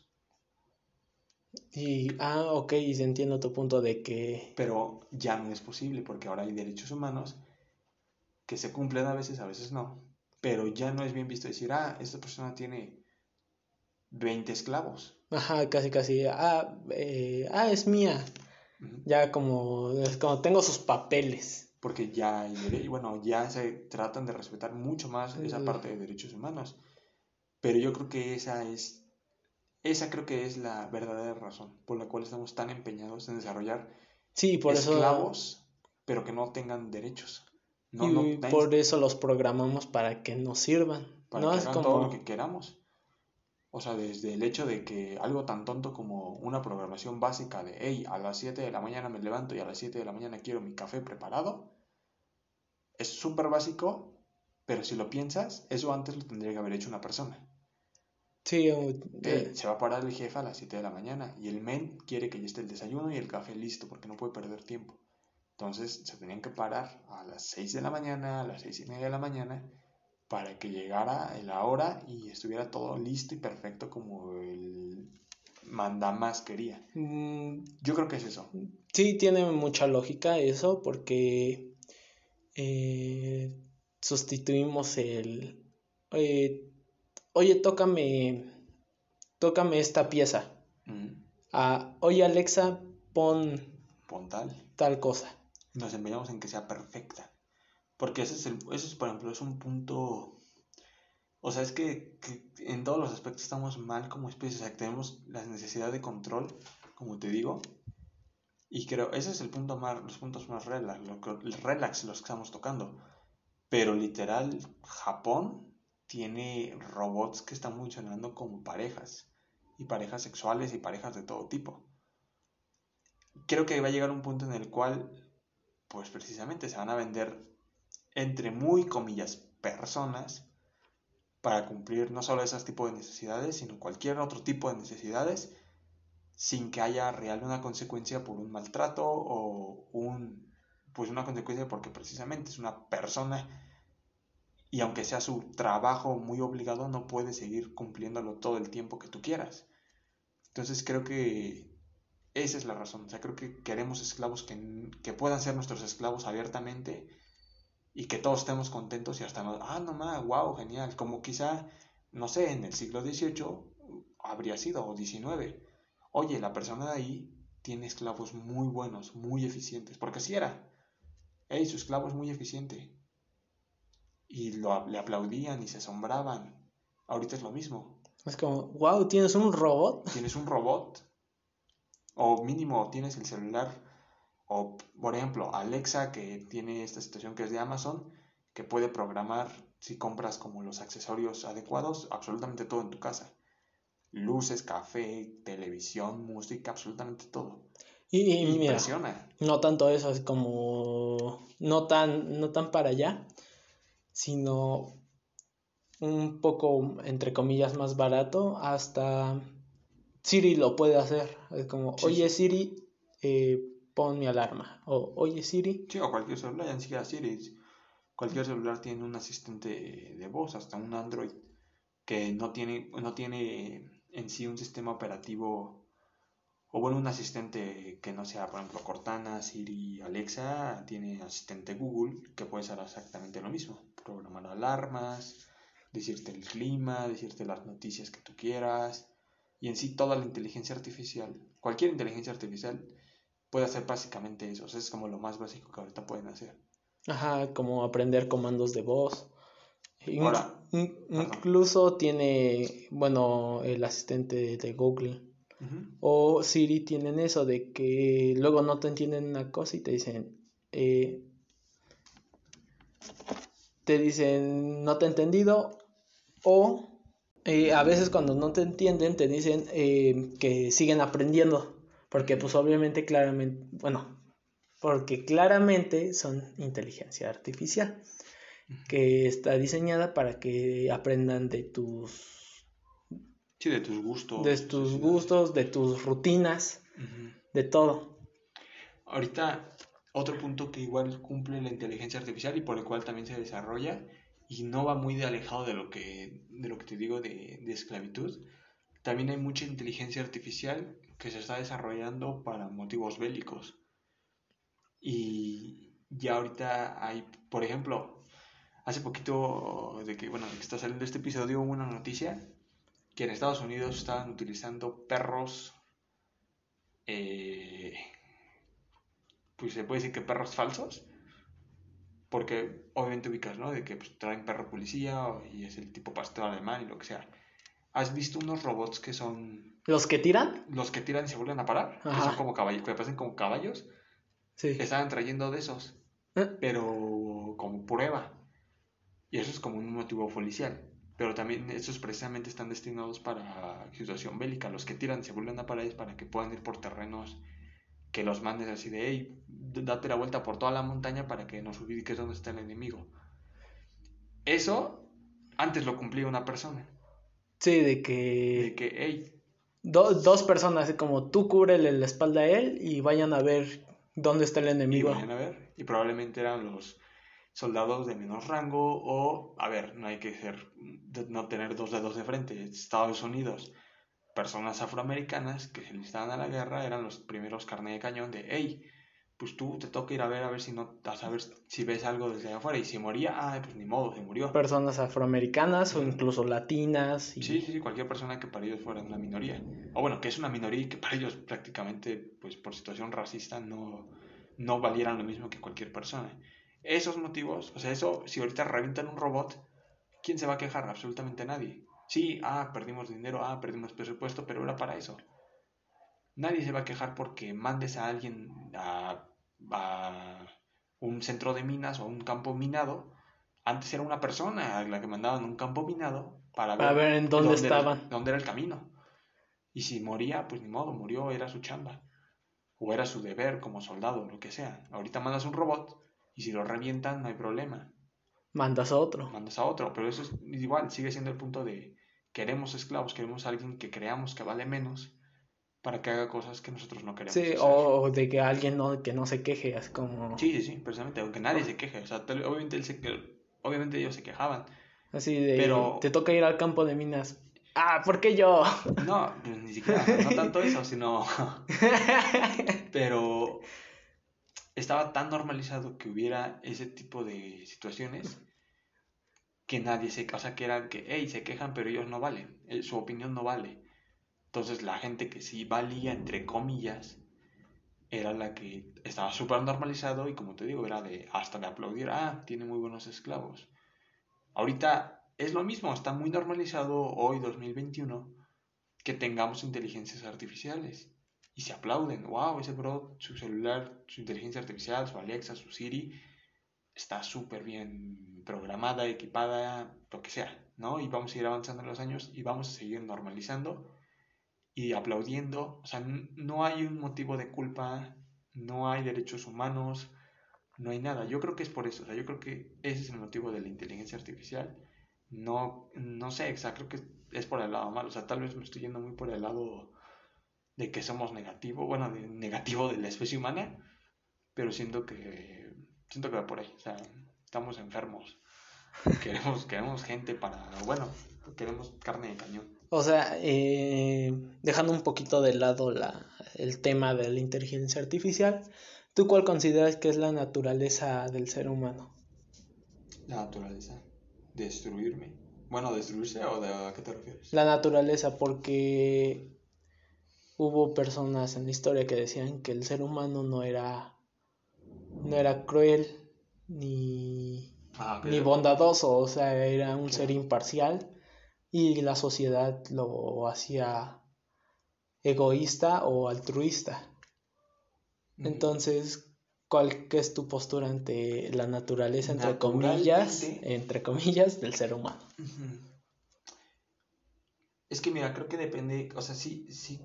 Y, ah, ok, entiendo tu punto de que... Pero ya no es posible porque ahora hay derechos humanos que se cumplen a veces, a veces no. Pero ya no es bien visto decir, ah, esta persona tiene veinte esclavos. Ajá, casi, casi, ah, eh, ah, es mía. Uh-huh. Ya como, es como tengo sus papeles. Porque ya hay derechos, bueno, ya se tratan de respetar mucho más esa parte de derechos humanos. Pero yo creo que esa es, esa creo que es la verdadera razón por la cual estamos tan empeñados en desarrollar Sí, por esclavos, eso... pero que no tengan derechos. No, no, Y por eso los programamos para que nos sirvan. para No que es hagan todo lo como... que queramos. O sea, desde el hecho de que algo tan tonto como una programación básica de, hey, a las siete de la mañana me levanto y a las siete de la mañana quiero mi café preparado, es súper básico, pero si lo piensas, eso antes lo tendría que haber hecho una persona. Sí, Hey, eh, se va a parar el jefe a las siete de la mañana y el men quiere que ya esté el desayuno y el café listo porque no puede perder tiempo. Entonces se tenían que parar a las seis de la mañana, a las seis y media de la mañana, para que llegara la hora y estuviera todo listo y perfecto como el mandamás quería. mm, Yo creo que es eso. sí tiene mucha lógica eso porque eh, sustituimos el... eh, oye, tócame, tócame esta pieza. Mm, Ah, oye, Alexa, pon pon tal. tal cosa. Nos empeñamos en que sea perfecta. Porque ese es, el, ese es, por ejemplo, es un punto... O sea, es que, que en todos los aspectos estamos mal como especie. O sea, que tenemos la necesidad de control, como te digo. Y creo, ese es el punto más, los puntos más relax, lo que, relax los que estamos tocando. Pero literal, Japón tiene robots que están funcionando como parejas, y parejas sexuales y parejas de todo tipo. Creo que va a llegar un punto en el cual, pues precisamente se van a vender, entre muy comillas, personas para cumplir no solo esos tipos de necesidades, sino cualquier otro tipo de necesidades, sin que haya real una consecuencia por un maltrato o un, pues una consecuencia porque precisamente es una persona y aunque sea su trabajo muy obligado, no puede seguir cumpliéndolo todo el tiempo que tú quieras. Entonces creo que esa es la razón. O sea, creo que queremos esclavos que, que puedan ser nuestros esclavos abiertamente y que todos estemos contentos y hasta nos, ah, no más, wow, genial. Como quizá, no sé, en el siglo dieciocho habría sido, o diecinueve. Oye, la persona de ahí tiene esclavos muy buenos, muy eficientes, porque así era. Ey, su esclavo es muy eficiente. Y lo, le aplaudían y se asombraban. Ahorita es lo mismo. Es como, wow, ¿tienes un robot? Tienes un robot, o mínimo tienes el celular, o por ejemplo, Alexa, que tiene esta situación que es de Amazon, que puede programar, si compras como los accesorios adecuados, absolutamente todo en tu casa. Luces, café, televisión, música, absolutamente todo. Y, y mira, Impresiona. no tanto eso, es como, no tan, no tan para allá, sino un poco, entre comillas, más barato, hasta Siri lo puede hacer. Es como, Sí, oye sí. Siri, eh, pon mi alarma. O, oye Siri. Sí, o cualquier celular, ya ni siquiera Siri. Cualquier celular tiene un asistente de voz, hasta un Android, que no tiene, no tiene en sí un sistema operativo, o bueno, un asistente que no sea, por ejemplo, Cortana, Siri, Alexa, tiene asistente Google, que puede ser exactamente lo mismo, programar alarmas, decirte el clima, decirte las noticias que tú quieras, y en sí toda la inteligencia artificial, cualquier inteligencia artificial puede hacer básicamente eso, o sea, es como lo más básico que ahorita pueden hacer. Ajá, como aprender comandos de voz. Ahora, In- in- perdón. incluso tiene, bueno, el asistente de Google Uh-huh. o Siri tienen eso de que luego no te entienden una cosa y te dicen, eh, te dicen no te he entendido o eh, a veces cuando no te entienden te dicen eh, que siguen aprendiendo porque pues obviamente claramente, bueno, porque claramente son inteligencia artificial que está diseñada para que aprendan de tus Sí, de tus gustos, de tus necesidades. gustos, de tus rutinas, Uh-huh. de todo. Ahorita, otro punto que igual cumple la inteligencia artificial y por el cual también se desarrolla y no va muy de alejado de lo que, de lo que te digo de, de esclavitud, también hay mucha inteligencia artificial que se está desarrollando para motivos bélicos. Y ya ahorita hay, por ejemplo, hace poquito de que, bueno, de que está saliendo este episodio, hubo una noticia que en Estados Unidos estaban utilizando perros, eh, pues se puede decir que perros falsos, porque obviamente ubicas, ¿no? De que pues, traen perro policía y es el tipo pastor alemán y lo que sea. ¿Has visto unos robots que son ¿Los que tiran? los que tiran y se vuelven a parar? Que son Ajá, como caballos, que parecen como caballos. sí. Estaban trayendo de esos, ¿Eh? pero como prueba. Y eso es como un motivo policial. Pero también esos precisamente están destinados para situación bélica. Los que tiran y se vuelven a parar es para que puedan ir por terrenos que los mandes así de, hey, date la vuelta por toda la montaña para que nos ubiques donde está el enemigo. Eso antes lo cumplía una persona. Sí, de De que que, hey, do- dos personas, así como tú cúbrele la espalda a él y vayan a ver dónde está el y enemigo. vayan a ver. Y probablemente eran los soldados de menos rango o, a ver, no hay que ser, no tener dos dedos de frente. Estados Unidos, personas afroamericanas que se listaban a la guerra eran los primeros carne de cañón de, hey, pues tú te toca ir a ver a ver si no, a saber si ves algo desde afuera y si moría, ah, pues ni modo, se murió. Personas afroamericanas o Uh-huh. incluso latinas Sí, y sí, sí, cualquier persona que para ellos fuera una minoría. O bueno, que es una minoría y que para ellos prácticamente, pues por situación racista, no, no valieran lo mismo que cualquier persona. Esos motivos, o sea, eso, si ahorita revientan un robot, ¿quién se va a quejar? Absolutamente nadie. Sí, ah, perdimos dinero, ah, perdimos presupuesto, pero era para eso. Nadie se va a quejar porque mandes a alguien a, a un centro de minas o a un campo minado antes era una persona a la que mandaban a un campo minado para ver, Para ver en dónde estaban. Era, dónde era el camino. Y si moría, pues ni modo, murió, era su chamba. O era su deber como soldado, lo que sea. Ahorita mandas un robot y si lo revientan no hay problema. Mandas a otro. Mandas a otro, pero eso es igual, sigue siendo el punto de queremos esclavos, queremos a alguien que creamos que vale menos para que haga cosas que nosotros no queremos Sí, hacer. o de que alguien no, que no se queje, es como... Sí, sí, sí, precisamente, aunque nadie se queje. O sea, tal- obviamente, él se, que- obviamente ellos se quejaban. Así de, Pero- te toca ir al campo de minas. Ah, ¿por qué yo? No, pues, ni siquiera, no tanto eso, sino... Pero estaba tan normalizado que hubiera ese tipo de situaciones que nadie se... O sea, que eran que, hey, se quejan, pero ellos no valen. eh, Su opinión no vale. Entonces la gente que sí valía, entre comillas, era la que estaba súper normalizado y como te digo, era de hasta de aplaudir, ah, tiene muy buenos esclavos. Ahorita es lo mismo, está muy normalizado hoy, dos mil veintiuno, que tengamos inteligencias artificiales. Y se aplauden, wow, ese bro, su celular, su inteligencia artificial, su Alexa, su Siri, está súper bien programada, equipada, lo que sea, ¿no? Y vamos a ir avanzando en los años y vamos a seguir normalizando y aplaudiendo. O sea, no hay un motivo de culpa, no hay derechos humanos, no hay nada. Yo creo que es por eso. O sea, yo creo que ese es el motivo de la inteligencia artificial. No, no sé, o sea, creo que es por el lado malo. O sea, tal vez me estoy yendo muy por el lado de que somos negativo, bueno, de negativo de la especie humana, pero siento que siento que va por ahí. O sea, estamos enfermos. Queremos, queremos gente para, bueno, queremos carne de cañón. O sea, eh, dejando un poquito de lado la, el tema de la inteligencia artificial, ¿tú cuál consideras que es la naturaleza del ser humano? La naturaleza. Destruirme. Bueno, destruirse o de a qué te refieres. La naturaleza, porque hubo personas en la historia que decían que el ser humano no era, no era cruel ni, Ah, ni bondadoso, o sea, era un ser Claro. imparcial y la sociedad lo hacía egoísta o altruista. Ujú. Entonces, ¿cuál qué es tu postura ante la naturaleza, entre comillas, Naturalmente. entre comillas, del ser humano? Ujú. Es que mira, creo que depende, o sea, sí, sí.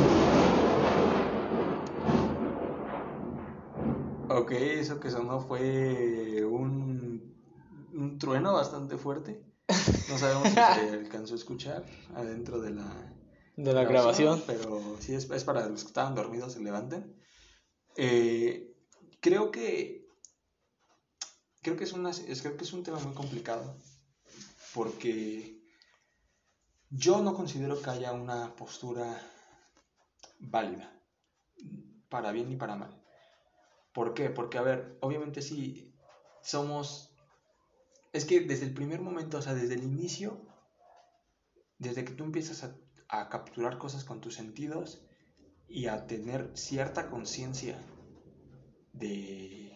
Ok, eso que sonó fue un, un trueno bastante fuerte. No sabemos si se alcanzó a escuchar adentro de la De la grabación, grabación. pero sí es, es para los que estaban dormidos se levanten. Eh, creo que creo que es una, es, creo que es un tema muy complicado porque yo no considero que haya una postura válida para bien ni para mal. ¿Por qué? Porque, a ver, obviamente sí somos... Es que desde el primer momento, o sea, desde el inicio, desde que tú empiezas a, a capturar cosas con tus sentidos y a tener cierta conciencia de,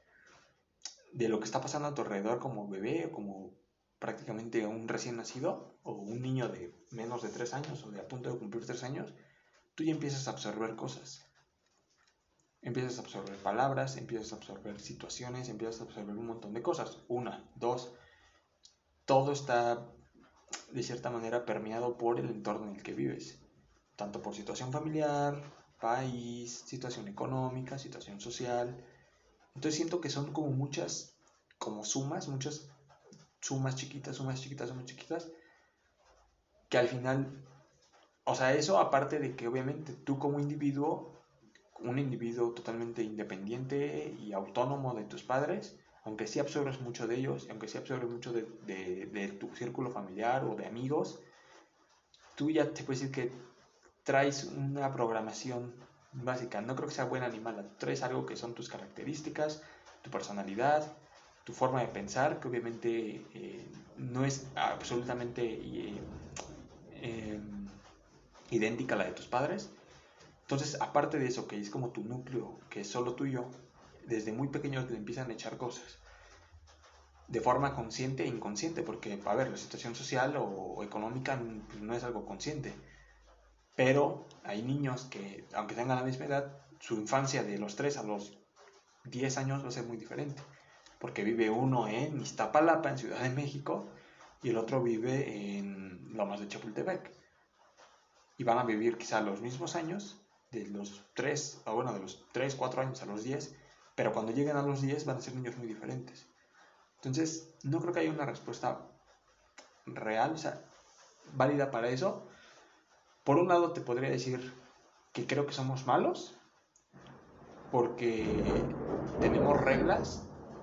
de lo que está pasando a tu alrededor como bebé o como prácticamente un recién nacido o un niño de menos de tres años o de a punto de cumplir tres años, tú ya empiezas a absorber cosas. Empiezas a absorber palabras, empiezas a absorber situaciones, empiezas a absorber un montón de cosas. Una, dos, todo está de cierta manera permeado por el entorno en el que vives, tanto por situación familiar, país, situación económica, situación social. Entonces siento que son como muchas, como sumas, muchas sumas chiquitas, sumas chiquitas, sumas chiquitas, que al final, o sea, eso aparte de que obviamente tú como individuo, un individuo totalmente independiente y autónomo de tus padres, aunque sí absorbes mucho de ellos, aunque sí absorbes mucho de, de, de tu círculo familiar o de amigos, tú ya te puedes decir que traes una programación básica. No creo que sea buena ni mala. Traes algo que son tus características, tu personalidad, tu forma de pensar, que obviamente eh, no es absolutamente eh, eh, idéntica a la de tus padres. Entonces, aparte de eso, que es como tu núcleo, que es solo tuyo, desde muy pequeños le empiezan a echar cosas de forma consciente e inconsciente, porque, a ver, la situación social o, o económica pues, no es algo consciente, pero hay niños que, aunque tengan la misma edad, su infancia de los tres a los diez años va a ser muy diferente. porque vive uno en Iztapalapa, en Ciudad de México, y el otro vive en Lomas de Chapultepec. Y van a vivir quizá los mismos años, de los tres, o bueno, de los tres, cuatro años a los diez, pero cuando lleguen a los diez van a ser niños muy diferentes. Entonces, no creo que haya una respuesta real, o sea, válida para eso. Por un lado te podría decir que creo que somos malos, porque tenemos reglas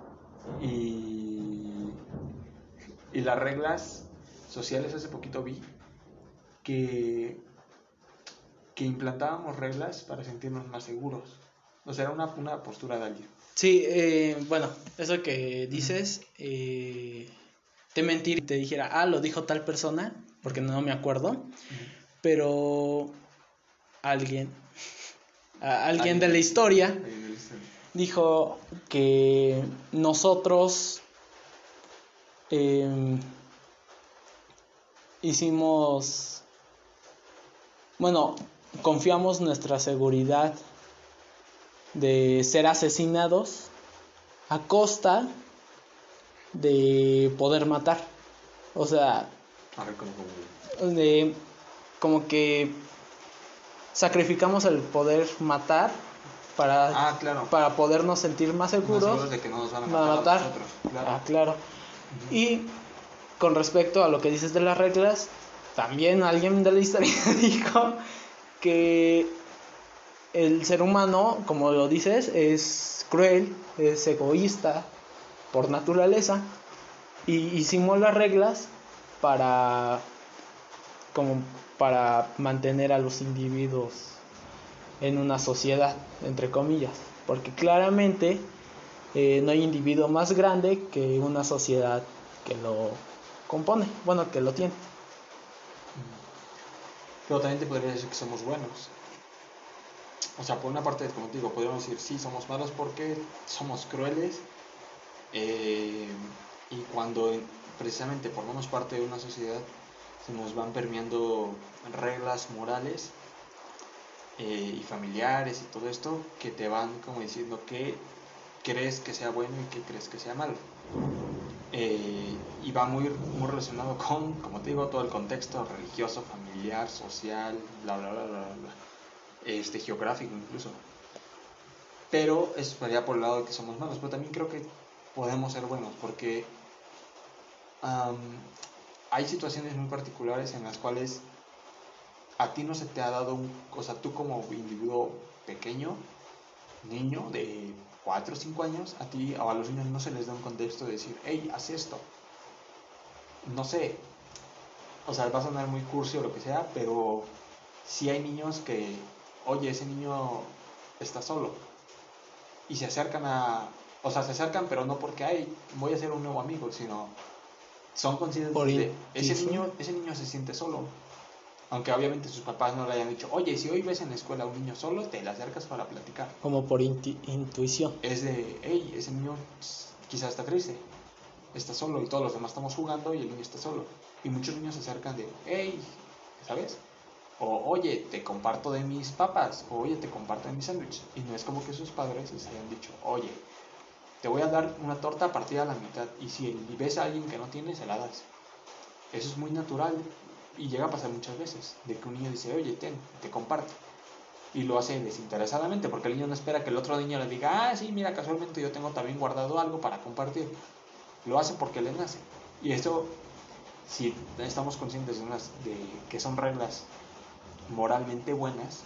y, y las reglas sociales, hace poquito vi que, que implantábamos reglas para sentirnos más seguros. O sea, era una, una postura de alguien. Sí, eh, bueno, eso que dices, eh, te mentir y te dijera, ah, lo dijo tal persona, porque no me acuerdo, uh-huh. Pero alguien, a, alguien, alguien de la historia, de la historia dijo que nosotros eh, hicimos, bueno, confiamos nuestra seguridad de ser asesinados a costa de poder matar. O sea, de, como que sacrificamos el poder matar para, ah, claro. para podernos sentir más seguros, más seguros de que no nos van a matar, a matar. A nosotros. Claro. Ah, claro. Uh-huh. Y con respecto a lo que dices de las reglas, también alguien de la historia dijo que el ser humano, como lo dices, es cruel, es egoísta por naturaleza, y hicimos las reglas para, como para mantener a los individuos en una sociedad, entre comillas, porque claramente eh, no hay individuo más grande que una sociedad que lo compone, bueno, que lo tiene. Pero también te podría decir que somos buenos. O sea, por una parte, como te digo, podríamos decir, sí, somos malos porque somos crueles. Eh, y cuando precisamente formamos parte de una sociedad, se nos van permeando reglas morales eh, y familiares y todo esto que te van como diciendo qué crees que sea bueno y qué crees que sea malo. Eh, y va muy, muy relacionado con, como te digo, todo el contexto religioso, familiar, social, bla, bla, bla, bla, bla. Este, geográfico incluso. Pero eso sería por el lado de que somos malos, pero también creo que podemos ser buenos, porque um, hay situaciones muy particulares en las cuales a ti no se te ha dado un, o sea, tú como individuo pequeño, niño de cuatro o cinco años, a ti o a los niños no se les da un contexto de decir, hey, haz esto. No sé, o sea, va a sonar muy cursi o lo que sea, pero sí hay niños que, oye, ese niño está solo, y se acercan a, o sea, se acercan pero no porque, ay, voy a hacer un nuevo amigo, sino son conscientes Por de, ese niño, ese niño se siente solo, aunque obviamente sus papás no le hayan dicho, oye, si hoy ves en la escuela a un niño solo, te le acercas para platicar. Como por intu- intuición. Es de, hey, ese niño quizás está triste, está solo y todos los demás estamos jugando y el niño está solo. Y muchos niños se acercan de, hey, ¿sabes? O, oye, te comparto de mis papas, o oye, te comparto de mis sándwiches. Y no es como que sus padres les hayan dicho, oye, te voy a dar una torta partida a la mitad, y si y ves a alguien que no tiene, se la das. Eso es muy natural, y llega a pasar muchas veces, de que un niño dice, oye, ten, te comparto. Y lo hace desinteresadamente, porque el niño no espera que el otro niño le diga, ah, sí, mira, casualmente yo tengo también guardado algo para compartir. Lo hace porque le nace. Y esto, si estamos conscientes de, unas, de que son reglas moralmente buenas,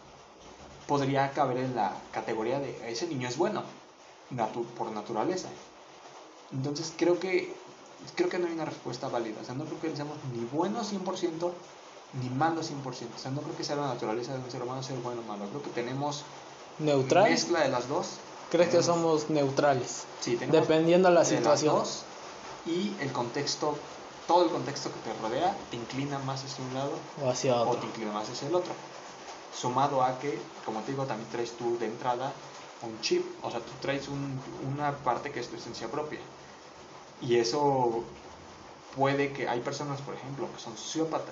podría caber en la categoría de ese niño es bueno natu- por naturaleza. Entonces creo que creo que no hay una respuesta válida. O sea, no creo que seamos ni buenos cien por ciento ni malos cien por ciento. O sea, no creo que sea la naturaleza de un ser humano ser bueno o malo. Creo que tenemos neutral, mezcla de las dos. ¿Crees tenemos, que somos neutrales? Sí, tenemos dependiendo de la de situación. Las dos, y el contexto, todo el contexto que te rodea te inclina más hacia un lado o hacia otro, o te inclina más hacia el otro. Sumado a que, como te digo, también traes tú de entrada un chip, o sea, tú traes un, una parte que es tu esencia propia. Y eso puede que hay personas, por ejemplo, que son sociópatas,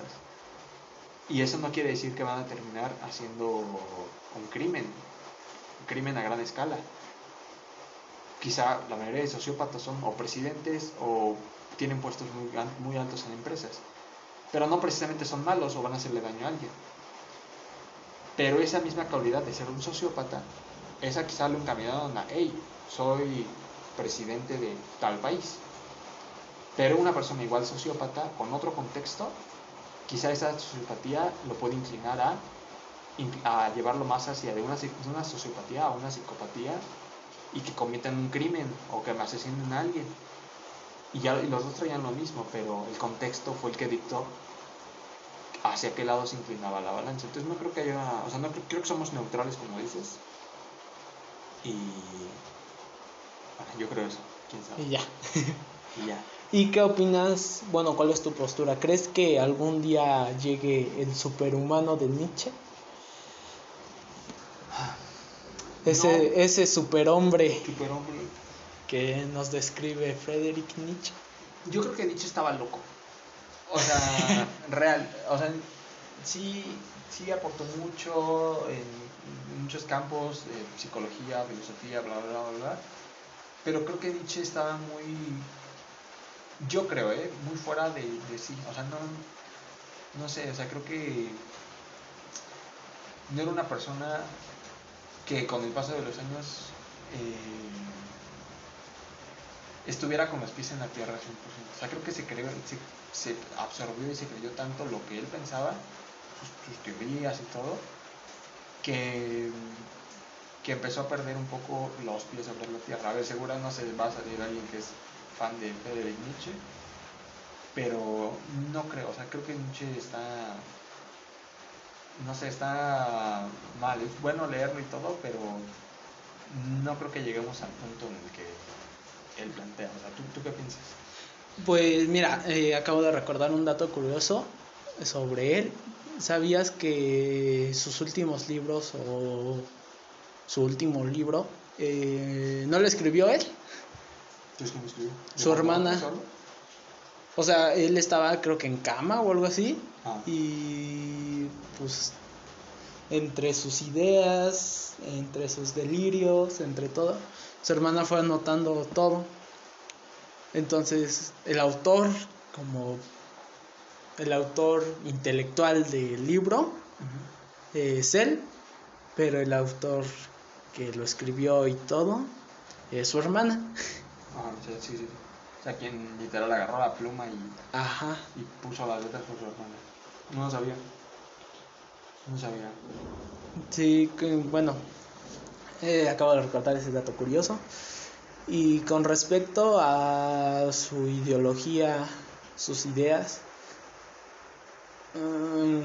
y eso no quiere decir que van a terminar haciendo un crimen, un crimen a gran escala. quizá la mayoría de sociópatas son o presidentes o tienen puestos muy, muy altos en empresas, pero no precisamente son malos o van a hacerle daño a alguien. Pero esa misma cualidad de ser un sociópata, esa quizá lo encaminaron a, hey, soy presidente de tal país. Pero una persona igual sociópata, con otro contexto, quizá esa sociopatía lo puede inclinar a, a llevarlo más hacia de una, de una sociopatía a una psicopatía y que cometan un crimen o que asesinen a alguien. Y, ya, y los dos traían lo mismo, pero el contexto fue el que dictó hacia qué lado se inclinaba la balanza. Entonces no creo que haya, o sea, no creo, creo que somos neutrales, como dices. Y bueno, yo creo eso, quién sabe. Y ya. Y ya. ¿Y qué opinas? Bueno, ¿cuál es tu postura? ¿Crees que algún día llegue el superhumano de Nietzsche? Ese, no. ese superhombre, Superhombre. que nos describe Friedrich Nietzsche. Yo creo que Nietzsche estaba loco. O sea, real. O sea, sí, sí aportó mucho en muchos campos, eh, psicología, filosofía, bla, bla, bla, bla. Pero creo que Nietzsche estaba muy, yo creo, eh, muy fuera de, de sí. O sea, no, no sé, o sea, creo que no era una persona que con el paso de los años eh, estuviera con los pies en la tierra cien por ciento. O sea, creo que se, creó, se, se absorbió y se creyó tanto lo que él pensaba, sus, sus teorías y todo, que, que empezó a perder un poco los pies sobre la tierra. A ver, seguro no se va a salir alguien que es fan de Friedrich Nietzsche, pero no creo, o sea, creo que Nietzsche está, no sé, está mal. Es bueno leerlo y todo, pero no creo que lleguemos al punto en el que él plantea. O sea, ¿tú, tú qué piensas? Pues mira, eh, acabo de recordar un dato curioso sobre él. ¿Sabías que sus últimos libros o su último libro eh, no lo escribió él? ¿Tú quién lo escribió? Su hermana. O sea, él estaba creo que en cama o algo así. Ah. Y pues entre sus ideas, entre sus delirios, entre todo, su hermana fue anotando todo. Entonces el autor, como el autor intelectual del libro, uh-huh. es él, pero el autor que lo escribió y todo es su hermana. Ah, sí, sí, sí. O sea, quien literal agarró la pluma y, Ajá. y puso las letras por su hermana. No lo sabía. No sabía. Sí, que, bueno, eh, acabo de recordar ese dato curioso. Y con respecto a su ideología, sus ideas, um,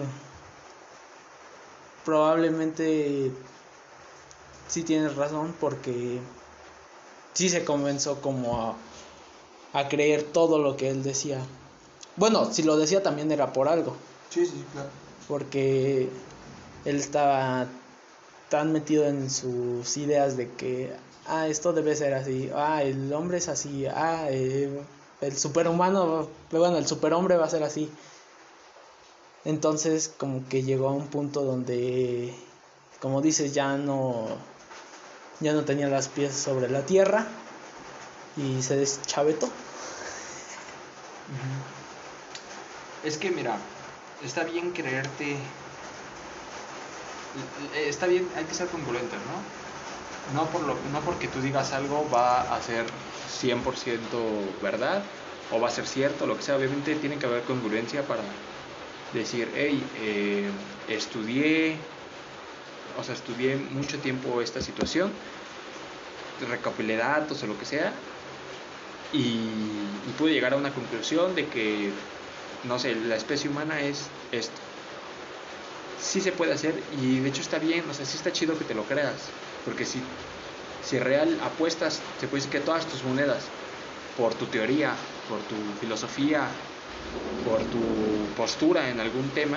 probablemente sí tienes razón, porque sí se comenzó como a, a creer todo lo que él decía. Bueno, si lo decía también era por algo. Sí, sí, claro. Porque él estaba tan metido en sus ideas de que, ah, esto debe ser así, ah, el hombre es así, ah, eh, el superhumano, bueno, el superhombre va a ser así. Entonces como que llegó a un punto donde, como dices, ya no ya no tenía las pies sobre la tierra y se deschavetó. Uh-huh. Es que mira, está bien creerte, está bien, hay que ser congruente, ¿no? No, por lo, no porque tú digas algo va a ser cien por ciento verdad o va a ser cierto, lo que sea. Obviamente tiene que haber congruencia para decir, hey, eh, estudié, o sea, estudié mucho tiempo esta situación, recopilé datos o lo que sea, y, y pude llegar a una conclusión de que, no sé, la especie humana es esto. Sí se puede hacer, y de hecho está bien, o sea, sí está chido que te lo creas, porque si, si real apuestas, se puede decir que todas tus monedas, por tu teoría, por tu filosofía, por tu postura en algún tema,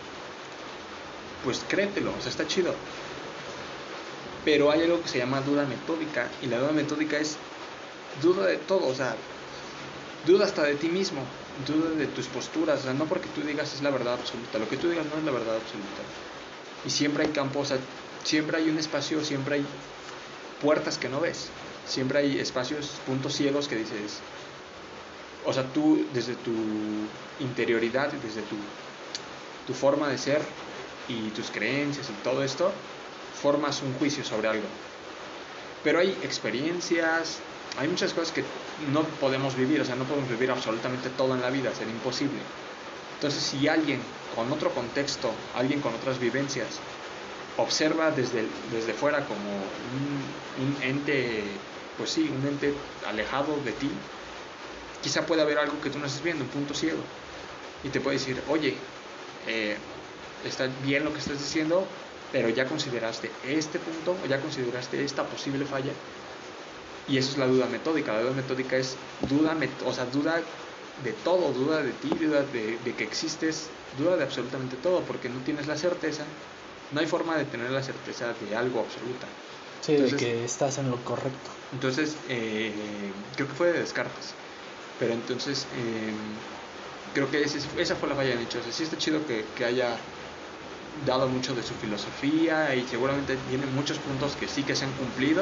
pues créetelo, o sea, está chido. Pero hay algo que se llama duda metódica, y la duda metódica es duda de todo, o sea, duda hasta de ti mismo, duda de tus posturas, o sea, no porque tú digas es la verdad absoluta, lo que tú digas no es la verdad absoluta. Y siempre hay campos, o sea, siempre hay un espacio, siempre hay puertas que no ves, Siempre hay espacios, puntos ciegos que dices, o sea, tú desde tu interioridad, desde tu, tu forma de ser y tus creencias y todo esto, formas un juicio sobre algo. Pero hay experiencias, hay muchas cosas que no podemos vivir, o sea, no podemos vivir absolutamente todo en la vida, sería imposible. Entonces, si alguien con otro contexto, alguien con otras vivencias, observa desde, desde fuera como un, un ente, pues sí, un ente alejado de ti, quizá pueda haber algo que tú no estés viendo, un punto ciego, y te puede decir, oye, eh, está bien lo que estás diciendo, pero ya consideraste este punto, o ya consideraste esta posible falla. Y eso es la duda metódica. La duda metódica es duda, met- o sea, duda de todo, duda de ti, duda de, de que existes, duda de absolutamente todo, porque no tienes la certeza, no hay forma de tener la certeza de algo absoluta. Sí, Entonces, de que estás en lo correcto. Entonces, eh, creo que fue de Descartes, pero entonces, eh, creo que ese, esa fue la falla de Nietzsche. O sea, sí está chido que, que haya dado mucho de su filosofía y seguramente tiene muchos puntos que sí que se han cumplido,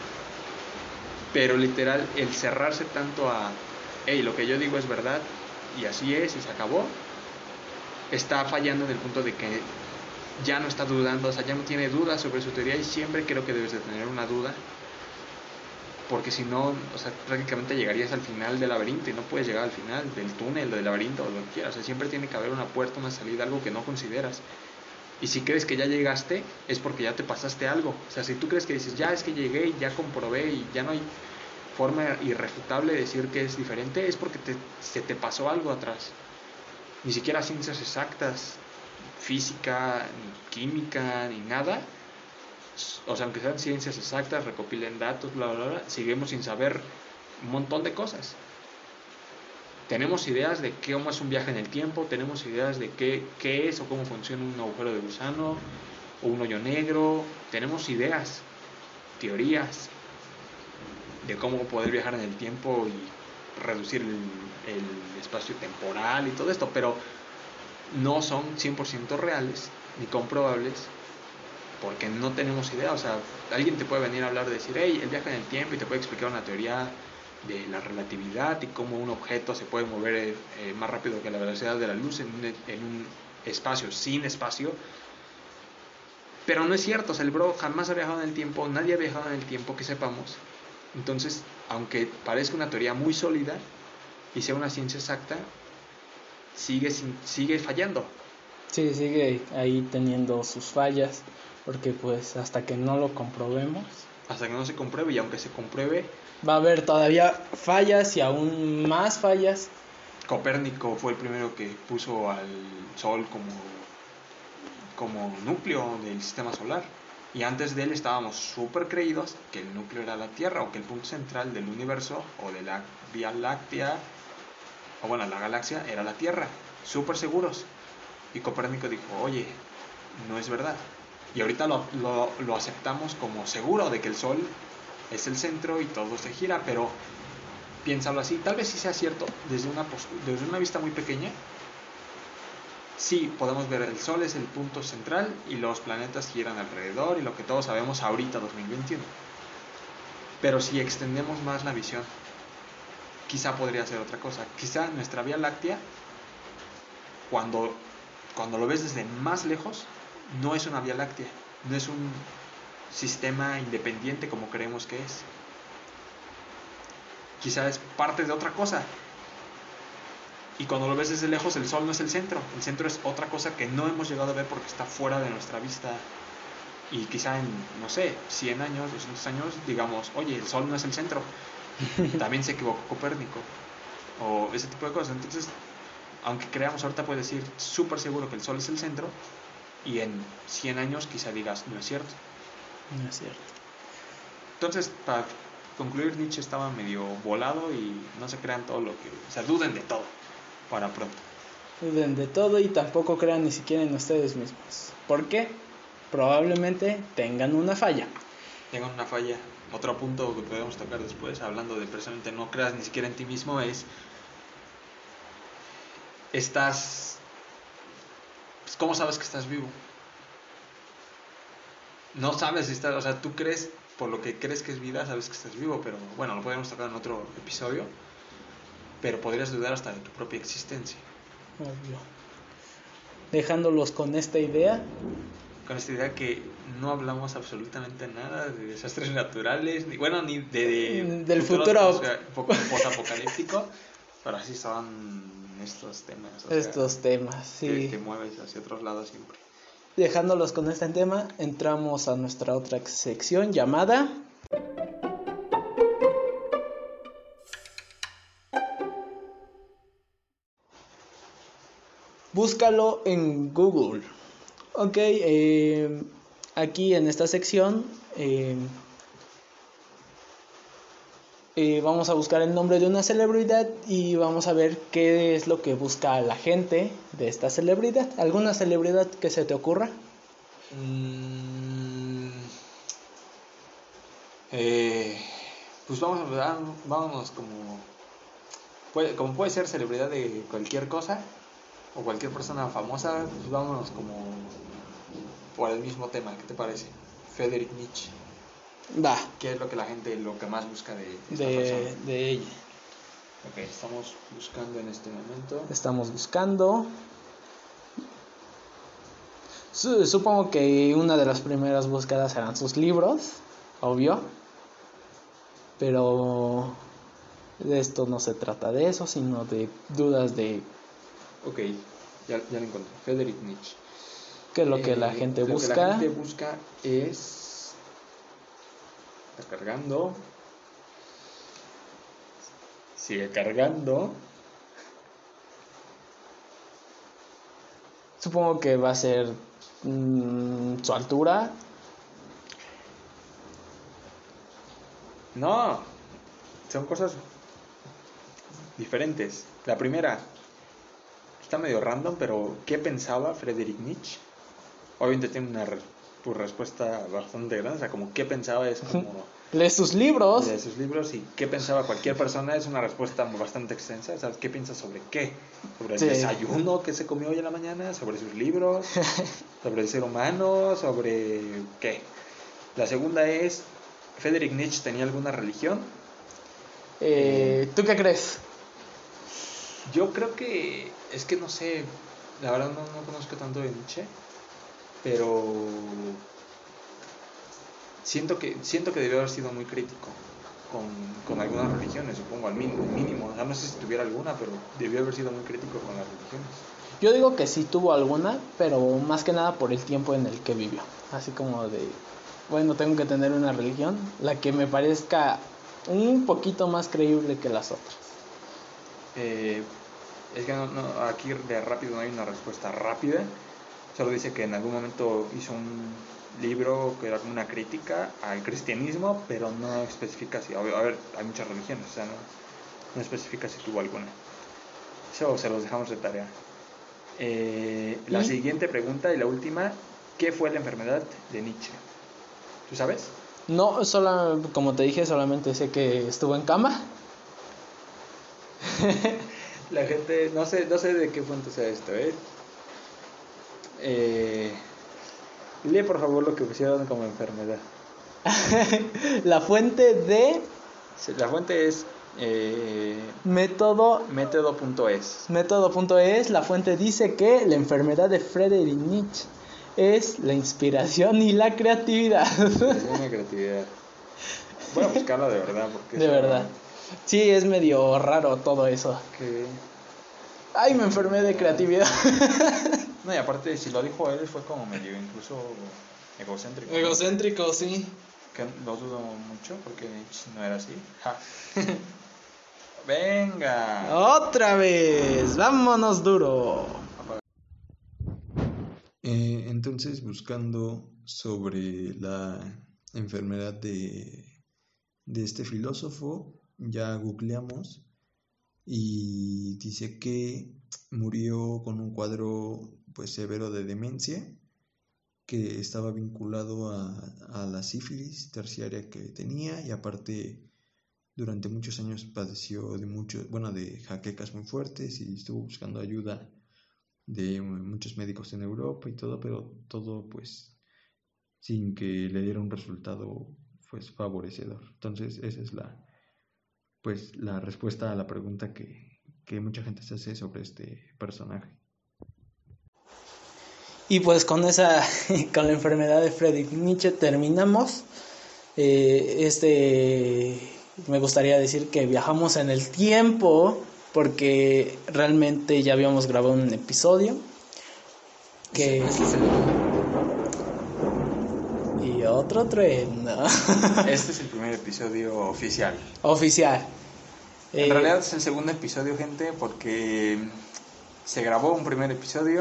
pero literal el cerrarse tanto a hey, lo que yo digo es verdad y así es y se acabó, está fallando en el punto de que ya no está dudando, o sea, ya no tiene dudas sobre su teoría, y siempre creo que debes de tener una duda, porque si no, o sea, prácticamente llegarías al final del laberinto y no puedes llegar al final del túnel, del laberinto, o lo que quieras. O sea, siempre tiene que haber una puerta, una salida, algo que no consideras. Y si crees que ya llegaste, es porque ya te pasaste algo. O sea, si tú crees que dices, ya es que llegué y ya comprobé y ya no hay forma irrefutable de decir que es diferente, es porque te, se te pasó algo atrás. Ni siquiera ciencias exactas, física, ni química, ni nada. O sea, aunque sean ciencias exactas, recopilen datos, bla, bla, bla, seguimos sin saber un montón de cosas. Tenemos ideas de cómo es un viaje en el tiempo, tenemos ideas de qué, qué es o cómo funciona un agujero de gusano o un hoyo negro, tenemos ideas, teorías de cómo poder viajar en el tiempo y reducir el, el espacio temporal y todo esto, pero no son cien por ciento reales ni comprobables porque no tenemos idea. O sea, alguien te puede venir a hablar de decir, hey, el viaje en el tiempo, y te puede explicar una teoría de la relatividad y cómo un objeto se puede mover eh, más rápido que la velocidad de la luz en un, en un espacio sin espacio, pero no es cierto. O sea, el bro jamás ha viajado en el tiempo, nadie ha viajado en el tiempo que sepamos. Entonces, aunque parezca una teoría muy sólida y sea una ciencia exacta, sigue, sin, sigue fallando. Sí, sigue ahí teniendo sus fallas, porque pues hasta que no lo comprobemos, hasta que no se compruebe, y aunque se compruebe, va a haber todavía fallas y aún más fallas. Copérnico fue el primero que puso al Sol como, como núcleo del sistema solar, y antes de él estábamos súper creídos que el núcleo era la Tierra, o que el punto central del universo o de la Vía Láctea, o bueno, la galaxia, era la Tierra, súper seguros. Y Copérnico dijo, oye, no es verdad. Y ahorita lo, lo, lo aceptamos como seguro de que el Sol es el centro y todo se gira, pero piénsalo así, tal vez sí sea cierto desde una, desde una vista muy pequeña. Sí, podemos ver el Sol es el punto central y los planetas giran alrededor y lo que todos sabemos ahorita, dos mil veintiuno. Pero si extendemos más la visión, quizá podría ser otra cosa. Quizá nuestra Vía Láctea, cuando, cuando lo ves desde más lejos, no es una Vía Láctea, no es un sistema independiente como creemos que es. Quizá es parte de otra cosa. Y cuando lo ves desde lejos, el Sol no es el centro. El centro es otra cosa que no hemos llegado a ver porque está fuera de nuestra vista. Y quizá en, no sé, cien años, doscientos años, digamos, oye, el Sol no es el centro. También se equivocó Copérnico. O ese tipo de cosas. Entonces, aunque creamos, ahorita puedes decir súper seguro que el Sol es el centro. Y en cien años quizá digas, no es cierto. No es cierto. Entonces, para concluir, Nietzsche estaba medio volado y no se crean todo lo que... O sea, duden de todo, para pronto. Duden de todo y tampoco crean ni siquiera en ustedes mismos. ¿Por qué? Probablemente tengan una falla. Tengan una falla. Otro punto que podemos tocar después, hablando de precisamente no creas ni siquiera en ti mismo, es... Estás... Pues, ¿cómo sabes que estás vivo? No sabes si estás... O sea, tú crees por lo que crees que es vida, sabes que estás vivo, pero bueno, lo podemos tocar en otro episodio, pero podrías dudar hasta de tu propia existencia. Obvio. Dejándolos con esta idea. Con esta idea que no hablamos absolutamente nada de desastres naturales, ni bueno, ni de, de del futuro posapocalíptico, pero así son estos temas. O estos sea, temas, sí. Que, que mueves hacia otros lados siempre. Dejándolos con este tema, entramos a nuestra otra sección llamada... Búscalo en Google. Ok, eh, aquí en esta sección eh, eh, vamos a buscar el nombre de una celebridad y vamos a ver qué es lo que busca la gente de esta celebridad. ¿Alguna celebridad que se te ocurra? Mm, eh, pues vamos a vámonos como puede, como puede ser celebridad de cualquier cosa o cualquier persona famosa, pues vámonos como por el mismo tema. ¿Qué te parece? Friedrich Nietzsche. Va. ¿Qué es lo que la gente lo que más busca de esta de, persona? de ella. Ok, estamos buscando en este momento. Estamos buscando. Supongo que una de las primeras búsquedas serán sus libros, obvio. Pero de esto no se trata de eso, sino de dudas de... Ok, ya, ya lo encontré. Friedrich Nietzsche. ¿Qué es lo eh, que la gente lo busca? Lo que la gente busca es... Está cargando. Sigue cargando. Supongo que va a ser mmm, su altura. No, son cosas diferentes. La primera está medio random, pero ¿qué pensaba Friedrich Nietzsche? Obviamente tiene una re- tu respuesta bastante grande, o sea, como ¿qué pensaba? Es como... Lee sus libros. Lee sus libros y ¿qué pensaba cualquier persona? Es una respuesta bastante extensa, ¿sabes? ¿Qué piensa sobre qué? ¿Sobre el sí. desayuno que se comió hoy en la mañana? ¿Sobre sus libros? ¿Sobre el ser humano? ¿Sobre qué? La segunda es, ¿Friedrich Nietzsche tenía alguna religión? Eh, ¿Tú qué crees? Yo creo que, es que no sé, la verdad no, no conozco tanto de Nietzsche, pero siento que siento que debió haber sido muy crítico con, con algunas religiones, supongo, al mínimo, mínimo. O sea, no sé si tuviera alguna, pero debió haber sido muy crítico con las religiones. Yo digo que sí tuvo alguna, pero más que nada por el tiempo en el que vivió. Así como de, bueno, tengo que tener una religión, la que me parezca un poquito más creíble que las otras. Eh, es que no, no, aquí de rápido no hay una respuesta rápida. Solo dice que en algún momento hizo un libro que era como una crítica al cristianismo, pero no especifica si, a ver, hay muchas religiones, o sea, no, no especifica si tuvo alguna. Eso se los dejamos de tarea. Eh, la ¿Y? siguiente pregunta y la última, ¿qué fue la enfermedad de Nietzsche? ¿Tú sabes? No, solo, como te dije, solamente sé que estuvo en cama. La gente, no sé, no sé de qué fuente sea esto, ¿eh? Eh, lee por favor lo que pusieron como enfermedad. La fuente de... Sí, la fuente es eh, método método.es. Método.es. La fuente dice que la enfermedad de Friedrich Nietzsche es la inspiración y la creatividad. Inspiración y creatividad. Voy a buscarla de verdad porque de verdad. No... Sí, es medio raro todo eso. ¿Qué? Ay, me enfermé de creatividad. No, y aparte, si lo dijo él, fue como medio incluso egocéntrico. Egocéntrico, ¿no? Sí. Que lo dudo mucho porque Nietzsche no era así. Ja. Venga. Otra vez. Vámonos duro. Eh, entonces, buscando sobre la enfermedad de, de este filósofo, ya googleamos y dice que murió con un cuadro pues severo de demencia que estaba vinculado a, a la sífilis terciaria que tenía, y aparte durante muchos años padeció de muchos, bueno, de jaquecas muy fuertes y estuvo buscando ayuda de muchos médicos en Europa y todo, pero todo pues sin que le diera un resultado pues favorecedor. Entonces esa es la pues la respuesta a la pregunta que, que mucha gente se hace sobre este personaje. Y pues con esa, con la enfermedad de Friedrich Nietzsche terminamos. Eh, este, me gustaría decir que viajamos en el tiempo porque realmente ya habíamos grabado un episodio. Que Este es el... Y otro trueno. Este es el primer episodio oficial. Oficial. En Eh, realidad es el segundo episodio, gente, porque se grabó un primer episodio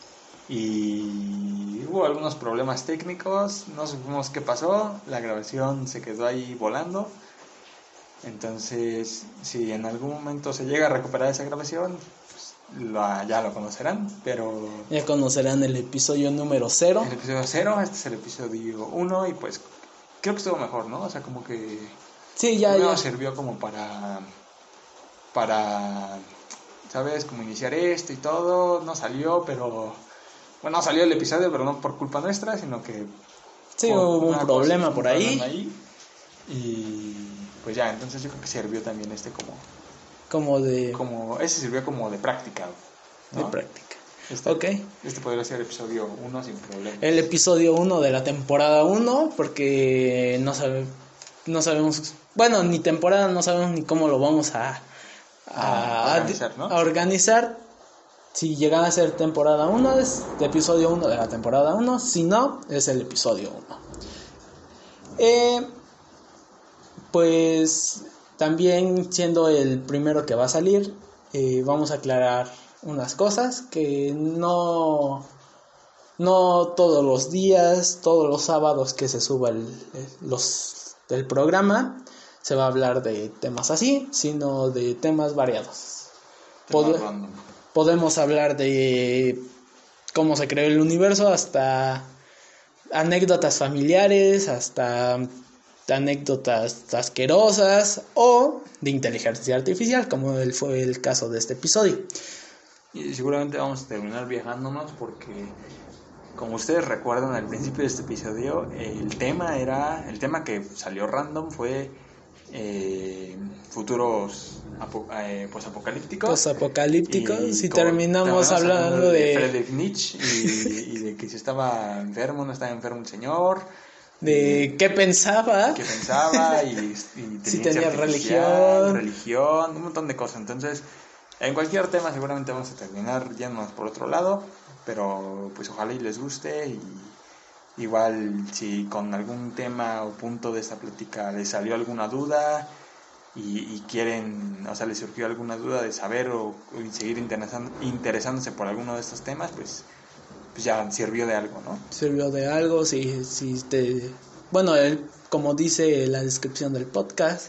y hubo algunos problemas técnicos, no supimos qué pasó, la grabación se quedó ahí volando. Entonces, si en algún momento se llega a recuperar esa grabación, pues lo, ya lo conocerán, pero... Ya conocerán el episodio número cero. El episodio cero, este es el episodio uno y pues creo que estuvo mejor, ¿no? O sea, como que... Sí, ya, Primero ya. sirvió como para... Para... ¿Sabes? Como iniciar esto y todo, no salió, pero... Bueno, no salió el episodio, pero no por culpa nuestra, sino que... Sí, por hubo una un problema cosa, por un ahí. problema ahí. Y pues ya, entonces yo creo que sirvió también este como... Como de, como ese sirvió como de práctica, ¿no? de práctica. Este, Ok. Este podría ser el episodio uno sin problema. El episodio uno de la temporada uno, porque no sabe, no sabemos, bueno, ni temporada, no sabemos ni cómo lo vamos a, a, A organizar, ¿no? a organizar. Si llegan a ser temporada uno, es el episodio uno de la temporada uno. Si no, es el episodio uno. Eh, pues también siendo el primero que va a salir, eh, vamos a aclarar unas cosas que no, no todos los días, todos los sábados que se suba el, los, el programa, se va a hablar de temas así, sino de temas variados. Pod- podemos hablar de cómo se creó el universo, hasta anécdotas familiares, hasta anécdotas asquerosas o de inteligencia artificial, como el, fue el caso de este episodio. Y seguramente vamos a terminar viajándonos porque, como ustedes recuerdan al principio de este episodio, el tema era, el tema que salió random fue eh, futuros apo, eh, posapocalípticos. Posapocalípticos, y, y terminamos hablando de, de Friedrich Nietzsche y, y de que si estaba enfermo, no estaba enfermo el señor. De y, qué pensaba. Qué pensaba y, y si tenía religión. Religión, un montón de cosas. Entonces, en cualquier tema seguramente vamos a terminar yéndonos por otro lado, pero pues ojalá y les guste y igual si con algún tema o punto de esta plática les salió alguna duda y, y quieren, o sea, les surgió alguna duda de saber o, o seguir interesando, interesándose por alguno de estos temas, pues, pues ya sirvió de algo, ¿no? Sirvió de algo, si, si te... Bueno, el, como dice la descripción del podcast,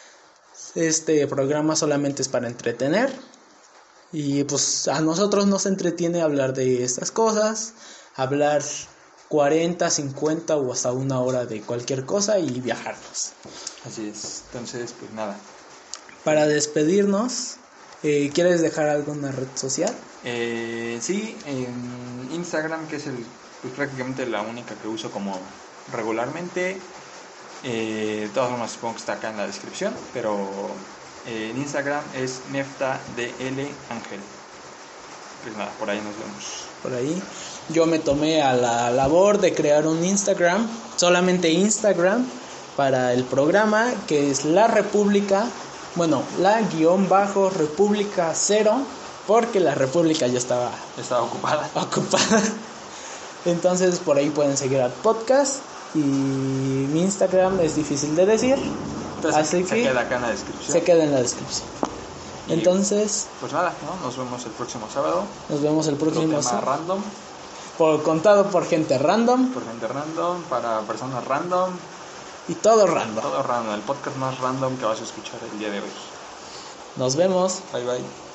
este programa solamente es para entretener. Y pues a nosotros nos entretiene hablar de estas cosas, hablar cuarenta, cincuenta o hasta una hora de cualquier cosa y viajarnos. Así es, entonces pues nada. Para despedirnos, eh, ¿quieres dejar alguna red social? Eh, sí, en Instagram, que es el, pues, prácticamente la única que uso como regularmente. Eh, de todas formas supongo que está acá en la descripción, pero... en Instagram es NeftaDL Ángel. Pues nada, por ahí nos vemos. Por ahí. Yo me tomé a la labor de crear un Instagram, solamente Instagram, para el programa, que es La República, bueno, la guión bajo República cero, porque la República ya estaba, estaba ocupada. ocupada. Entonces por ahí pueden seguir al podcast. Y mi Instagram es difícil de decir. Entonces, así se que queda acá en la descripción. Se queda en la descripción. Y entonces, pues nada, ¿no? Nos vemos el próximo sábado. Nos vemos el próximo sábado. Random. Por contado por gente random. Por gente random, para personas random. Y todo random. Todo random, el podcast más random que vas a escuchar el día de hoy. Nos vemos. Bye bye.